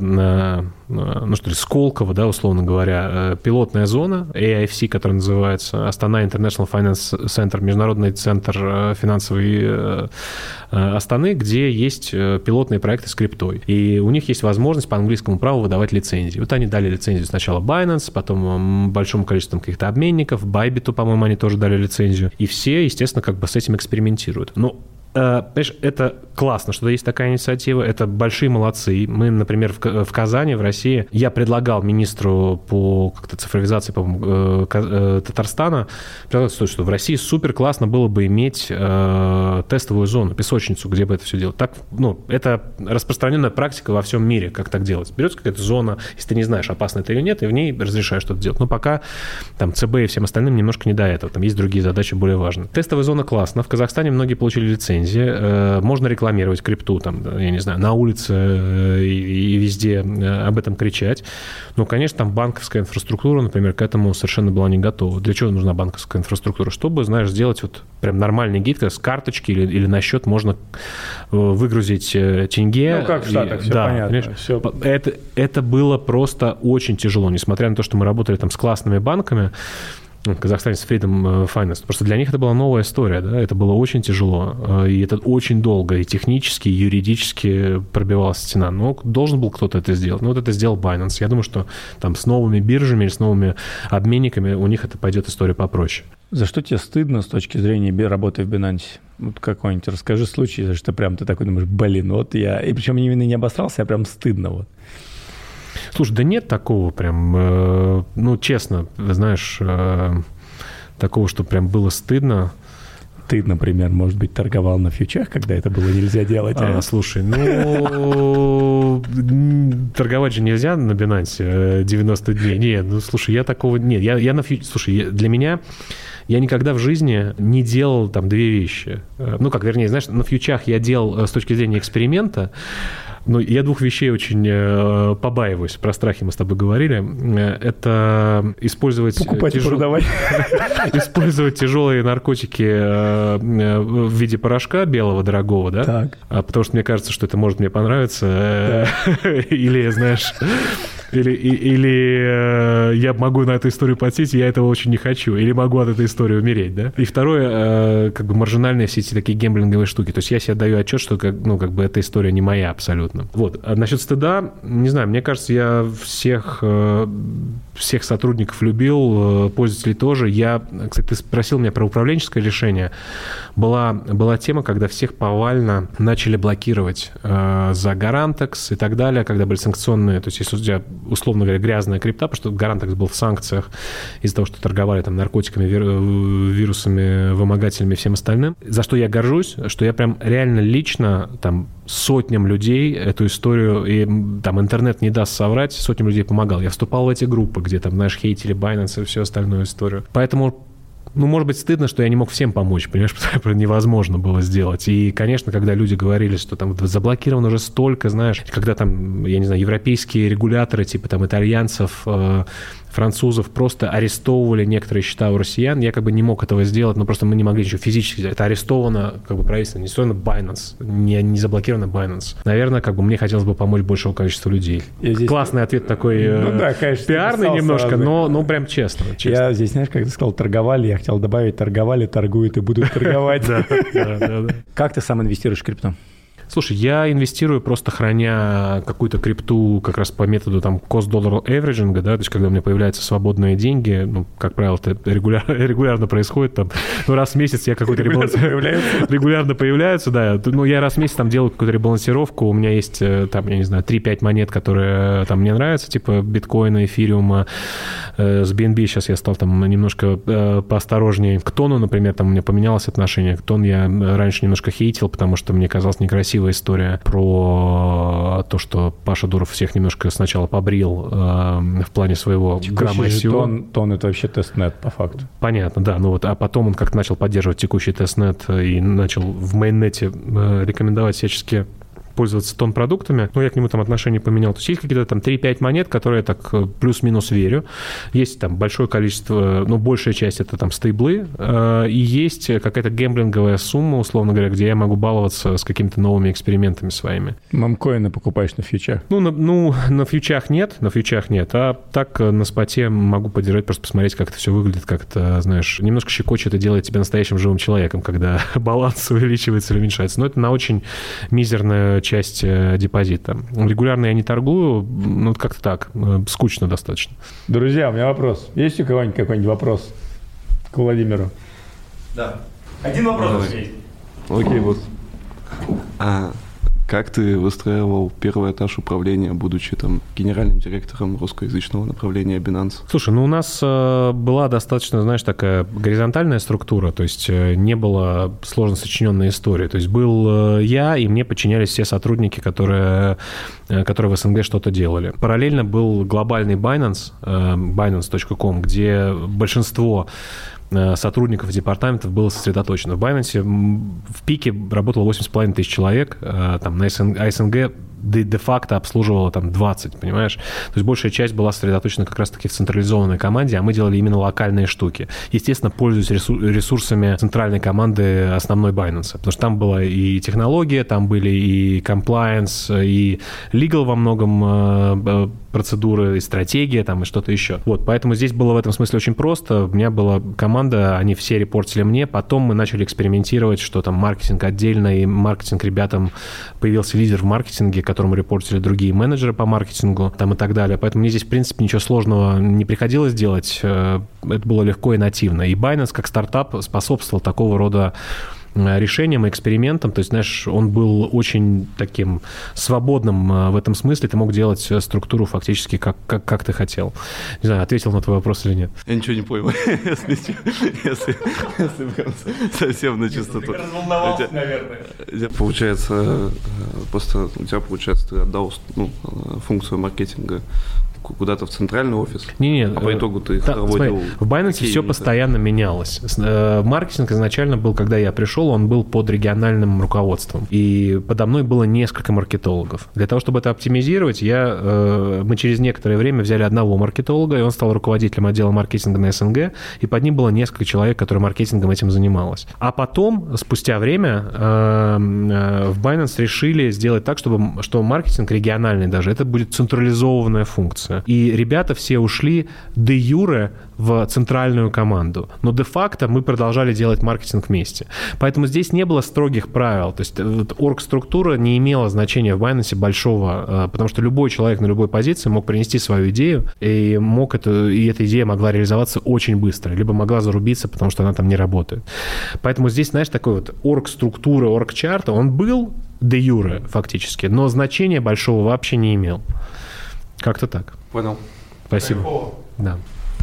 Speaker 2: ну что ли, Сколково, да, условно говоря, пилотная зона, эй ай эф си, которая называется Астана International Finance Center, международный центр финансовой Астаны, где есть пилотные проекты с криптой. И у них есть возможность по английскому праву выдавать лицензии. Вот они дали лицензию сначала Binance, потом большому количеству каких-то обменников, Bybit, по-моему, они тоже дали лицензию. И все, естественно, как бы с этим экспериментируют. Ну, понимаешь, это классно, что есть такая инициатива, это большие молодцы. Мы, например, в Казани, в России, я предлагал министру по как-то цифровизации, по-моему, Татарстана, предлагал, что в России супер классно было бы иметь э, тестовую зону, песочницу, где бы это все делать. Так, ну, это распространенная практика во всем мире, как так делать. Берется какая-то зона, если ты не знаешь, опасно это или нет, и в ней разрешаешь что-то делать. Но пока там ЦБ и всем остальным немножко не до этого, там есть другие задачи более важные. Тестовая зона классно, в Казахстане многие получили лицензию. Можно рекламировать крипту, там, я не знаю, на улице и везде об этом кричать. Но, конечно, там банковская инфраструктура, например, к этому совершенно была не готова. Для чего нужна банковская инфраструктура? Чтобы, знаешь, сделать вот прям нормальный гид, с карточки или, или на счет можно выгрузить тенге.
Speaker 1: Ну, как в Штатах, все
Speaker 2: да,
Speaker 1: понятно. Все...
Speaker 2: Это, это было просто очень тяжело, несмотря на то, что мы работали там с классными банками, в Казахстане с Freedom Finance. Просто для них это была новая история, да, это было очень тяжело, и это очень долго, и технически, и юридически пробивалась стена. Но должен был кто-то это сделать. Ну, вот это сделал Binance. Я думаю, что там с новыми биржами или с новыми обменниками у них это пойдет история попроще.
Speaker 1: За что тебе стыдно с точки зрения работы в Binance? Вот какой-нибудь расскажи случай, за что прям ты такой думаешь, блин, вот я... И причем именно не обосрался, а прям стыдно вот.
Speaker 2: Слушай, да нет такого прям, э, ну, честно, знаешь, э, такого, что прям было стыдно.
Speaker 1: Ты, например, может быть, торговал на фьючах, когда это было нельзя делать?
Speaker 2: А, а? Слушай, ну, торговать же нельзя на Binance девяносто дней. Нет, ну, слушай, я такого... Нет, я, я на фьючах... Слушай, для меня... Я никогда в жизни не делал там две вещи. Ну, как, вернее, знаешь, на фьючах я делал с точки зрения эксперимента. Ну, я двух вещей очень э, побаиваюсь. Про страхи мы с тобой говорили. Это использовать...
Speaker 1: Покупать и продавать.
Speaker 2: Использовать тяжелые наркотики в виде порошка белого, дорогого, да?
Speaker 1: Так.
Speaker 2: Потому что мне кажется, что это может мне понравиться. Или, знаешь... Или, или э, я могу на эту историю подсесть, и я этого очень не хочу. Или могу от этой истории умереть, да? И второе, э, как бы маржинальные все эти такие гемблинговые штуки. То есть я себе даю отчет, что как, ну, как бы эта история не моя абсолютно. Вот. А насчет стыда, не знаю, мне кажется, я всех, э, всех сотрудников любил, э, пользователей тоже. Я, кстати, ты спросил меня про управленческое решение. Была, была тема, когда всех повально начали блокировать э, за Garantx и так далее, когда были санкционные, то есть если у тебя, условно говоря, грязная крипта, потому что Garantx был в санкциях из-за того, что торговали там наркотиками, вирусами, вымогателями и всем остальным. За что я горжусь, что я прям реально лично там сотням людей эту историю, и там интернет не даст соврать, сотням людей помогал. Я вступал в эти группы, где там, знаешь, хейтили Binance и всю остальную историю. Поэтому ну, может быть, стыдно, что я не мог всем помочь, понимаешь, потому что невозможно было сделать. И, конечно, когда люди говорили, что там заблокировано уже столько, знаешь, когда там, я не знаю, европейские регуляторы, типа там итальянцев, э, французов просто арестовывали некоторые счета у россиян, я как бы не мог этого сделать, но просто мы не могли ничего физически сделать. Это арестовано, как бы правительство, не арестовано Binance, не, не заблокировано Binance. Наверное, как бы мне хотелось бы помочь большему количеству людей. Здесь... Классный ответ такой, ну, да, конечно, пиарный немножко, но, но прям честно, честно.
Speaker 1: Я здесь, знаешь, как ты сказал, торговали, я хотел добавить, торговали, торгуют и будут торговать. Как ты сам инвестируешь в крипту?
Speaker 2: Слушай, я инвестирую просто храня какую-то крипту как раз по методу там cost-dollar averaging, да, то есть когда у меня появляются свободные деньги, ну, как правило, это регулярно, регулярно происходит, там, ну, раз в месяц я какой-то ребалансировку... Регулярно появляются, да, ну, я раз в месяц там делаю какую-то ребалансировку, у меня есть там, я не знаю, три-пять монет, которые там мне нравятся, типа биткоина, эфириума, с би эн би сейчас я стал там немножко э, поосторожнее. К тону, например, там у меня поменялось отношение, к тону я раньше немножко хейтил, потому что мне казалось некрасиво история про то, что Паша Дуров всех немножко сначала побрил э, в плане своего грамма ай си о.
Speaker 1: Тон, тон это вообще тестнет по факту.
Speaker 2: Понятно, да. Ну вот, а потом он как-то начал поддерживать текущий тестнет и начал в мейннете э, рекомендовать всячески пользоваться тон-продуктами, но я к нему там отношение поменял. То есть есть какие-то там три-пять монет, которые я так плюс-минус верю. Есть там большое количество, ну, большая часть это там стейблы, э, и есть какая-то гэмблинговая сумма, условно говоря, где я могу баловаться с какими-то новыми экспериментами своими.
Speaker 1: Мамкоины покупаешь на фьючах?
Speaker 2: Ну, на, ну, на фьючах нет, на фьючах нет, а так на споте могу поддержать, просто посмотреть, как это все выглядит, как это, знаешь, немножко щекочет и делает тебя настоящим живым человеком, когда баланс увеличивается или уменьшается. Но это на очень мизерную часть депозита. Регулярно я не торгую, ну, как-то так, скучно достаточно.
Speaker 1: Друзья, у меня вопрос. Есть у кого-нибудь какой-нибудь вопрос к Владимиру?
Speaker 3: Да. Один вопрос есть.
Speaker 4: Окей, вот. А как ты выстраивал первый этаж управления, будучи там генеральным директором русскоязычного направления Binance?
Speaker 2: Слушай, ну у нас э, была достаточно, знаешь, такая горизонтальная структура, то есть э, не было сложно сочиненной истории. То есть был э, я, и мне подчинялись все сотрудники, которые, э, которые в СНГ что-то делали. Параллельно был глобальный Binance, э, Binance точка ком, где большинство сотрудников департаментов было сосредоточено. В Binance в пике работало восемь с половиной тысяч человек, там на СНГ де-факто обслуживала там двадцать, понимаешь? То есть большая часть была сосредоточена как раз-таки в централизованной команде, а мы делали именно локальные штуки. Естественно, пользуясь ресурсами центральной команды основной Binance, потому что там была и технология, там были и compliance, и legal во многом процедуры, и стратегия, там, и что-то еще. Вот, поэтому здесь было в этом смысле очень просто. У меня была команда, они все репортили мне, потом мы начали экспериментировать, что там маркетинг отдельно, и маркетинг ребятам появился лидер в маркетинге, которому репортили другие менеджеры по маркетингу, там и так далее. Поэтому мне здесь, в принципе, ничего сложного не приходилось делать. Это было легко и нативно. И Binance как стартап способствовал такого рода решением и экспериментом. То есть, знаешь, он был очень таким свободным в этом смысле. Ты мог делать структуру фактически как, как, как ты хотел. Не знаю, ответил на твой вопрос или нет.
Speaker 4: Я ничего не понял. Если, если, если прям совсем на чистоту.
Speaker 3: Ты разволновался, наверное.
Speaker 4: Получается, просто у тебя, получается, ты отдал ну, функцию маркетинга куда-то в центральный офис,
Speaker 2: не, не,
Speaker 4: а по итогу ты их
Speaker 2: да,
Speaker 4: работал...
Speaker 2: Смотри, в Binance все постоянно менялось. Маркетинг изначально был, когда я пришел, он был под региональным руководством. И подо мной было несколько маркетологов. Для того, чтобы это оптимизировать, я, мы через некоторое время взяли одного маркетолога, и он стал руководителем отдела маркетинга на СНГ, и под ним было несколько человек, которые маркетингом этим занималось. А потом, спустя время, в Binance решили сделать так, чтобы, что маркетинг региональный даже, это будет централизованная функция. И ребята все ушли де-юре в центральную команду. Но де-факто мы продолжали делать маркетинг вместе. Поэтому здесь не было строгих правил. То есть вот, орг-структура не имела значения в Binance большого, потому что любой человек на любой позиции мог принести свою идею, и, мог это, и эта идея могла реализоваться очень быстро, либо могла зарубиться, потому что она там не работает. Поэтому здесь, знаешь, такой вот орг-структура, орг-чарта, он был де-юре фактически, но значения большого вообще не имел. Как-то так.
Speaker 4: Понял.
Speaker 2: Спасибо.
Speaker 3: Кайфово.
Speaker 2: Да.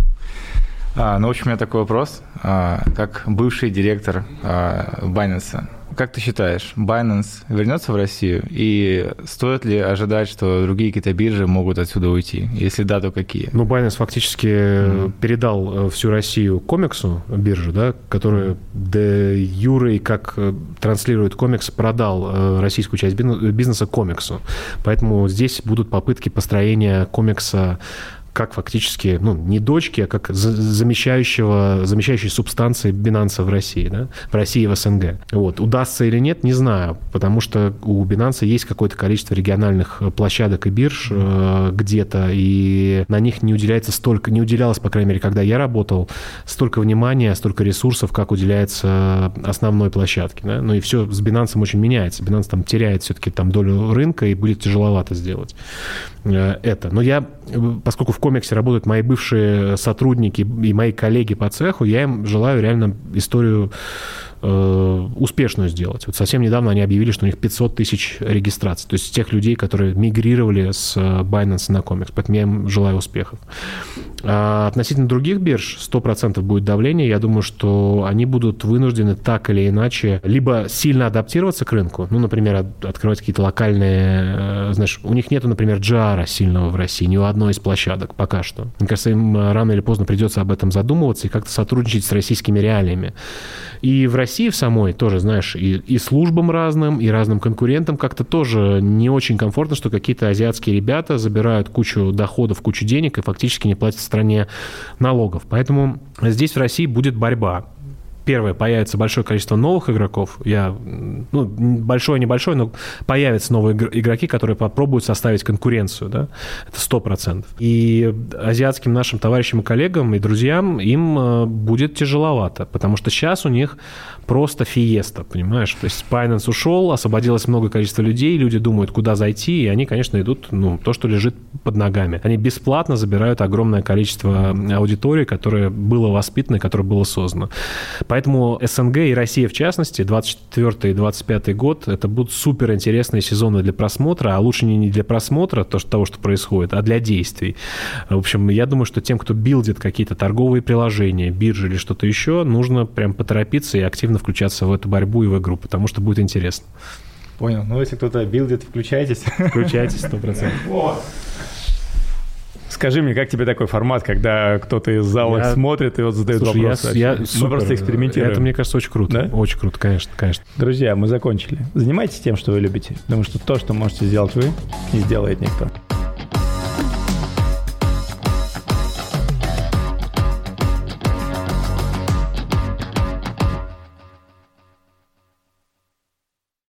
Speaker 5: А, ну, в общем, у меня такой вопрос. А, как бывший директор а, Binance, как ты считаешь, Binance вернется в Россию? И стоит ли ожидать, что другие какие-то биржи могут отсюда уйти? Если да, то какие?
Speaker 2: Ну, Binance фактически mm-hmm. передал всю Россию Комексу, биржу, да, которая де юре, как транслирует Комекс, продал российскую часть бизнеса Комексу. Поэтому здесь будут попытки построения Комекса как фактически, ну, не дочки, а как замещающего, замещающей субстанции Binance в России, да, в России и в СНГ. Вот. Удастся или нет, не знаю, потому что у Binance есть какое-то количество региональных площадок и бирж э, где-то, и на них не уделяется столько, не уделялось, по крайней мере, когда я работал, столько внимания, столько ресурсов, как уделяется основной площадке, да? Ну и все с Binance очень меняется. Binance там теряет все-таки там долю рынка, и будет тяжеловато сделать э, это. Но я, поскольку в Комексе работают мои бывшие сотрудники и мои коллеги по цеху, я им желаю реально историю э, успешную сделать. Вот совсем недавно они объявили, что у них пятьсот тысяч регистраций, то есть тех людей, которые мигрировали с Binance на Комекс, поэтому я им желаю успехов. А относительно других бирж сто процентов будет давление. Я думаю, что они будут вынуждены так или иначе либо сильно адаптироваться к рынку, ну, например, открывать какие-то локальные, знаешь, у них нету, например, джи ар эй сильного в России, ни у одной из площадок пока что. Мне кажется, им рано или поздно придется об этом задумываться и как-то сотрудничать с российскими реалиями. И в России России в самой тоже, знаешь, и, и службам разным, и разным конкурентам как-то тоже не очень комфортно, что какие-то азиатские ребята забирают кучу доходов, кучу денег и фактически не платят в стране налогов. Поэтому здесь в России будет борьба. Первое, появится большое количество новых игроков. Я, ну, большое-небольшое, но появятся новые игроки, которые попробуют составить конкуренцию. Да? Это сто процентов. И азиатским нашим товарищам и коллегам, и друзьям им будет тяжеловато, потому что сейчас у них просто фиеста, понимаешь? То есть Binance ушел, освободилось много количества людей, люди думают, куда зайти, и они, конечно, идут, ну, то, что лежит под ногами. Они бесплатно забирают огромное количество аудитории, которое было воспитано, которое было создано. Поэтому СНГ и Россия, в частности, двадцать четвёртый и двадцать пятый год, это будут суперинтересные сезоны для просмотра, а лучше не для просмотра то, что, того, что происходит, а для действий. В общем, я думаю, что тем, кто билдит какие-то торговые приложения, биржи или что-то еще, нужно прям поторопиться и активно включаться в эту борьбу и в игру, потому что будет интересно.
Speaker 5: Понял. Ну, если кто-то билдит, включайтесь.
Speaker 2: Включайтесь, сто процентов.
Speaker 1: Скажи мне, как тебе такой формат, когда кто-то из зала я... смотрит и вот задает
Speaker 2: Слушай,
Speaker 1: вопросы?
Speaker 2: Я, я
Speaker 1: мы
Speaker 2: супер.
Speaker 1: просто экспериментируем.
Speaker 2: Это, мне кажется, очень круто. Да? Очень круто, конечно, конечно.
Speaker 1: Друзья, мы закончили. Занимайтесь тем, что вы любите, потому что то, что можете сделать вы, не сделает никто.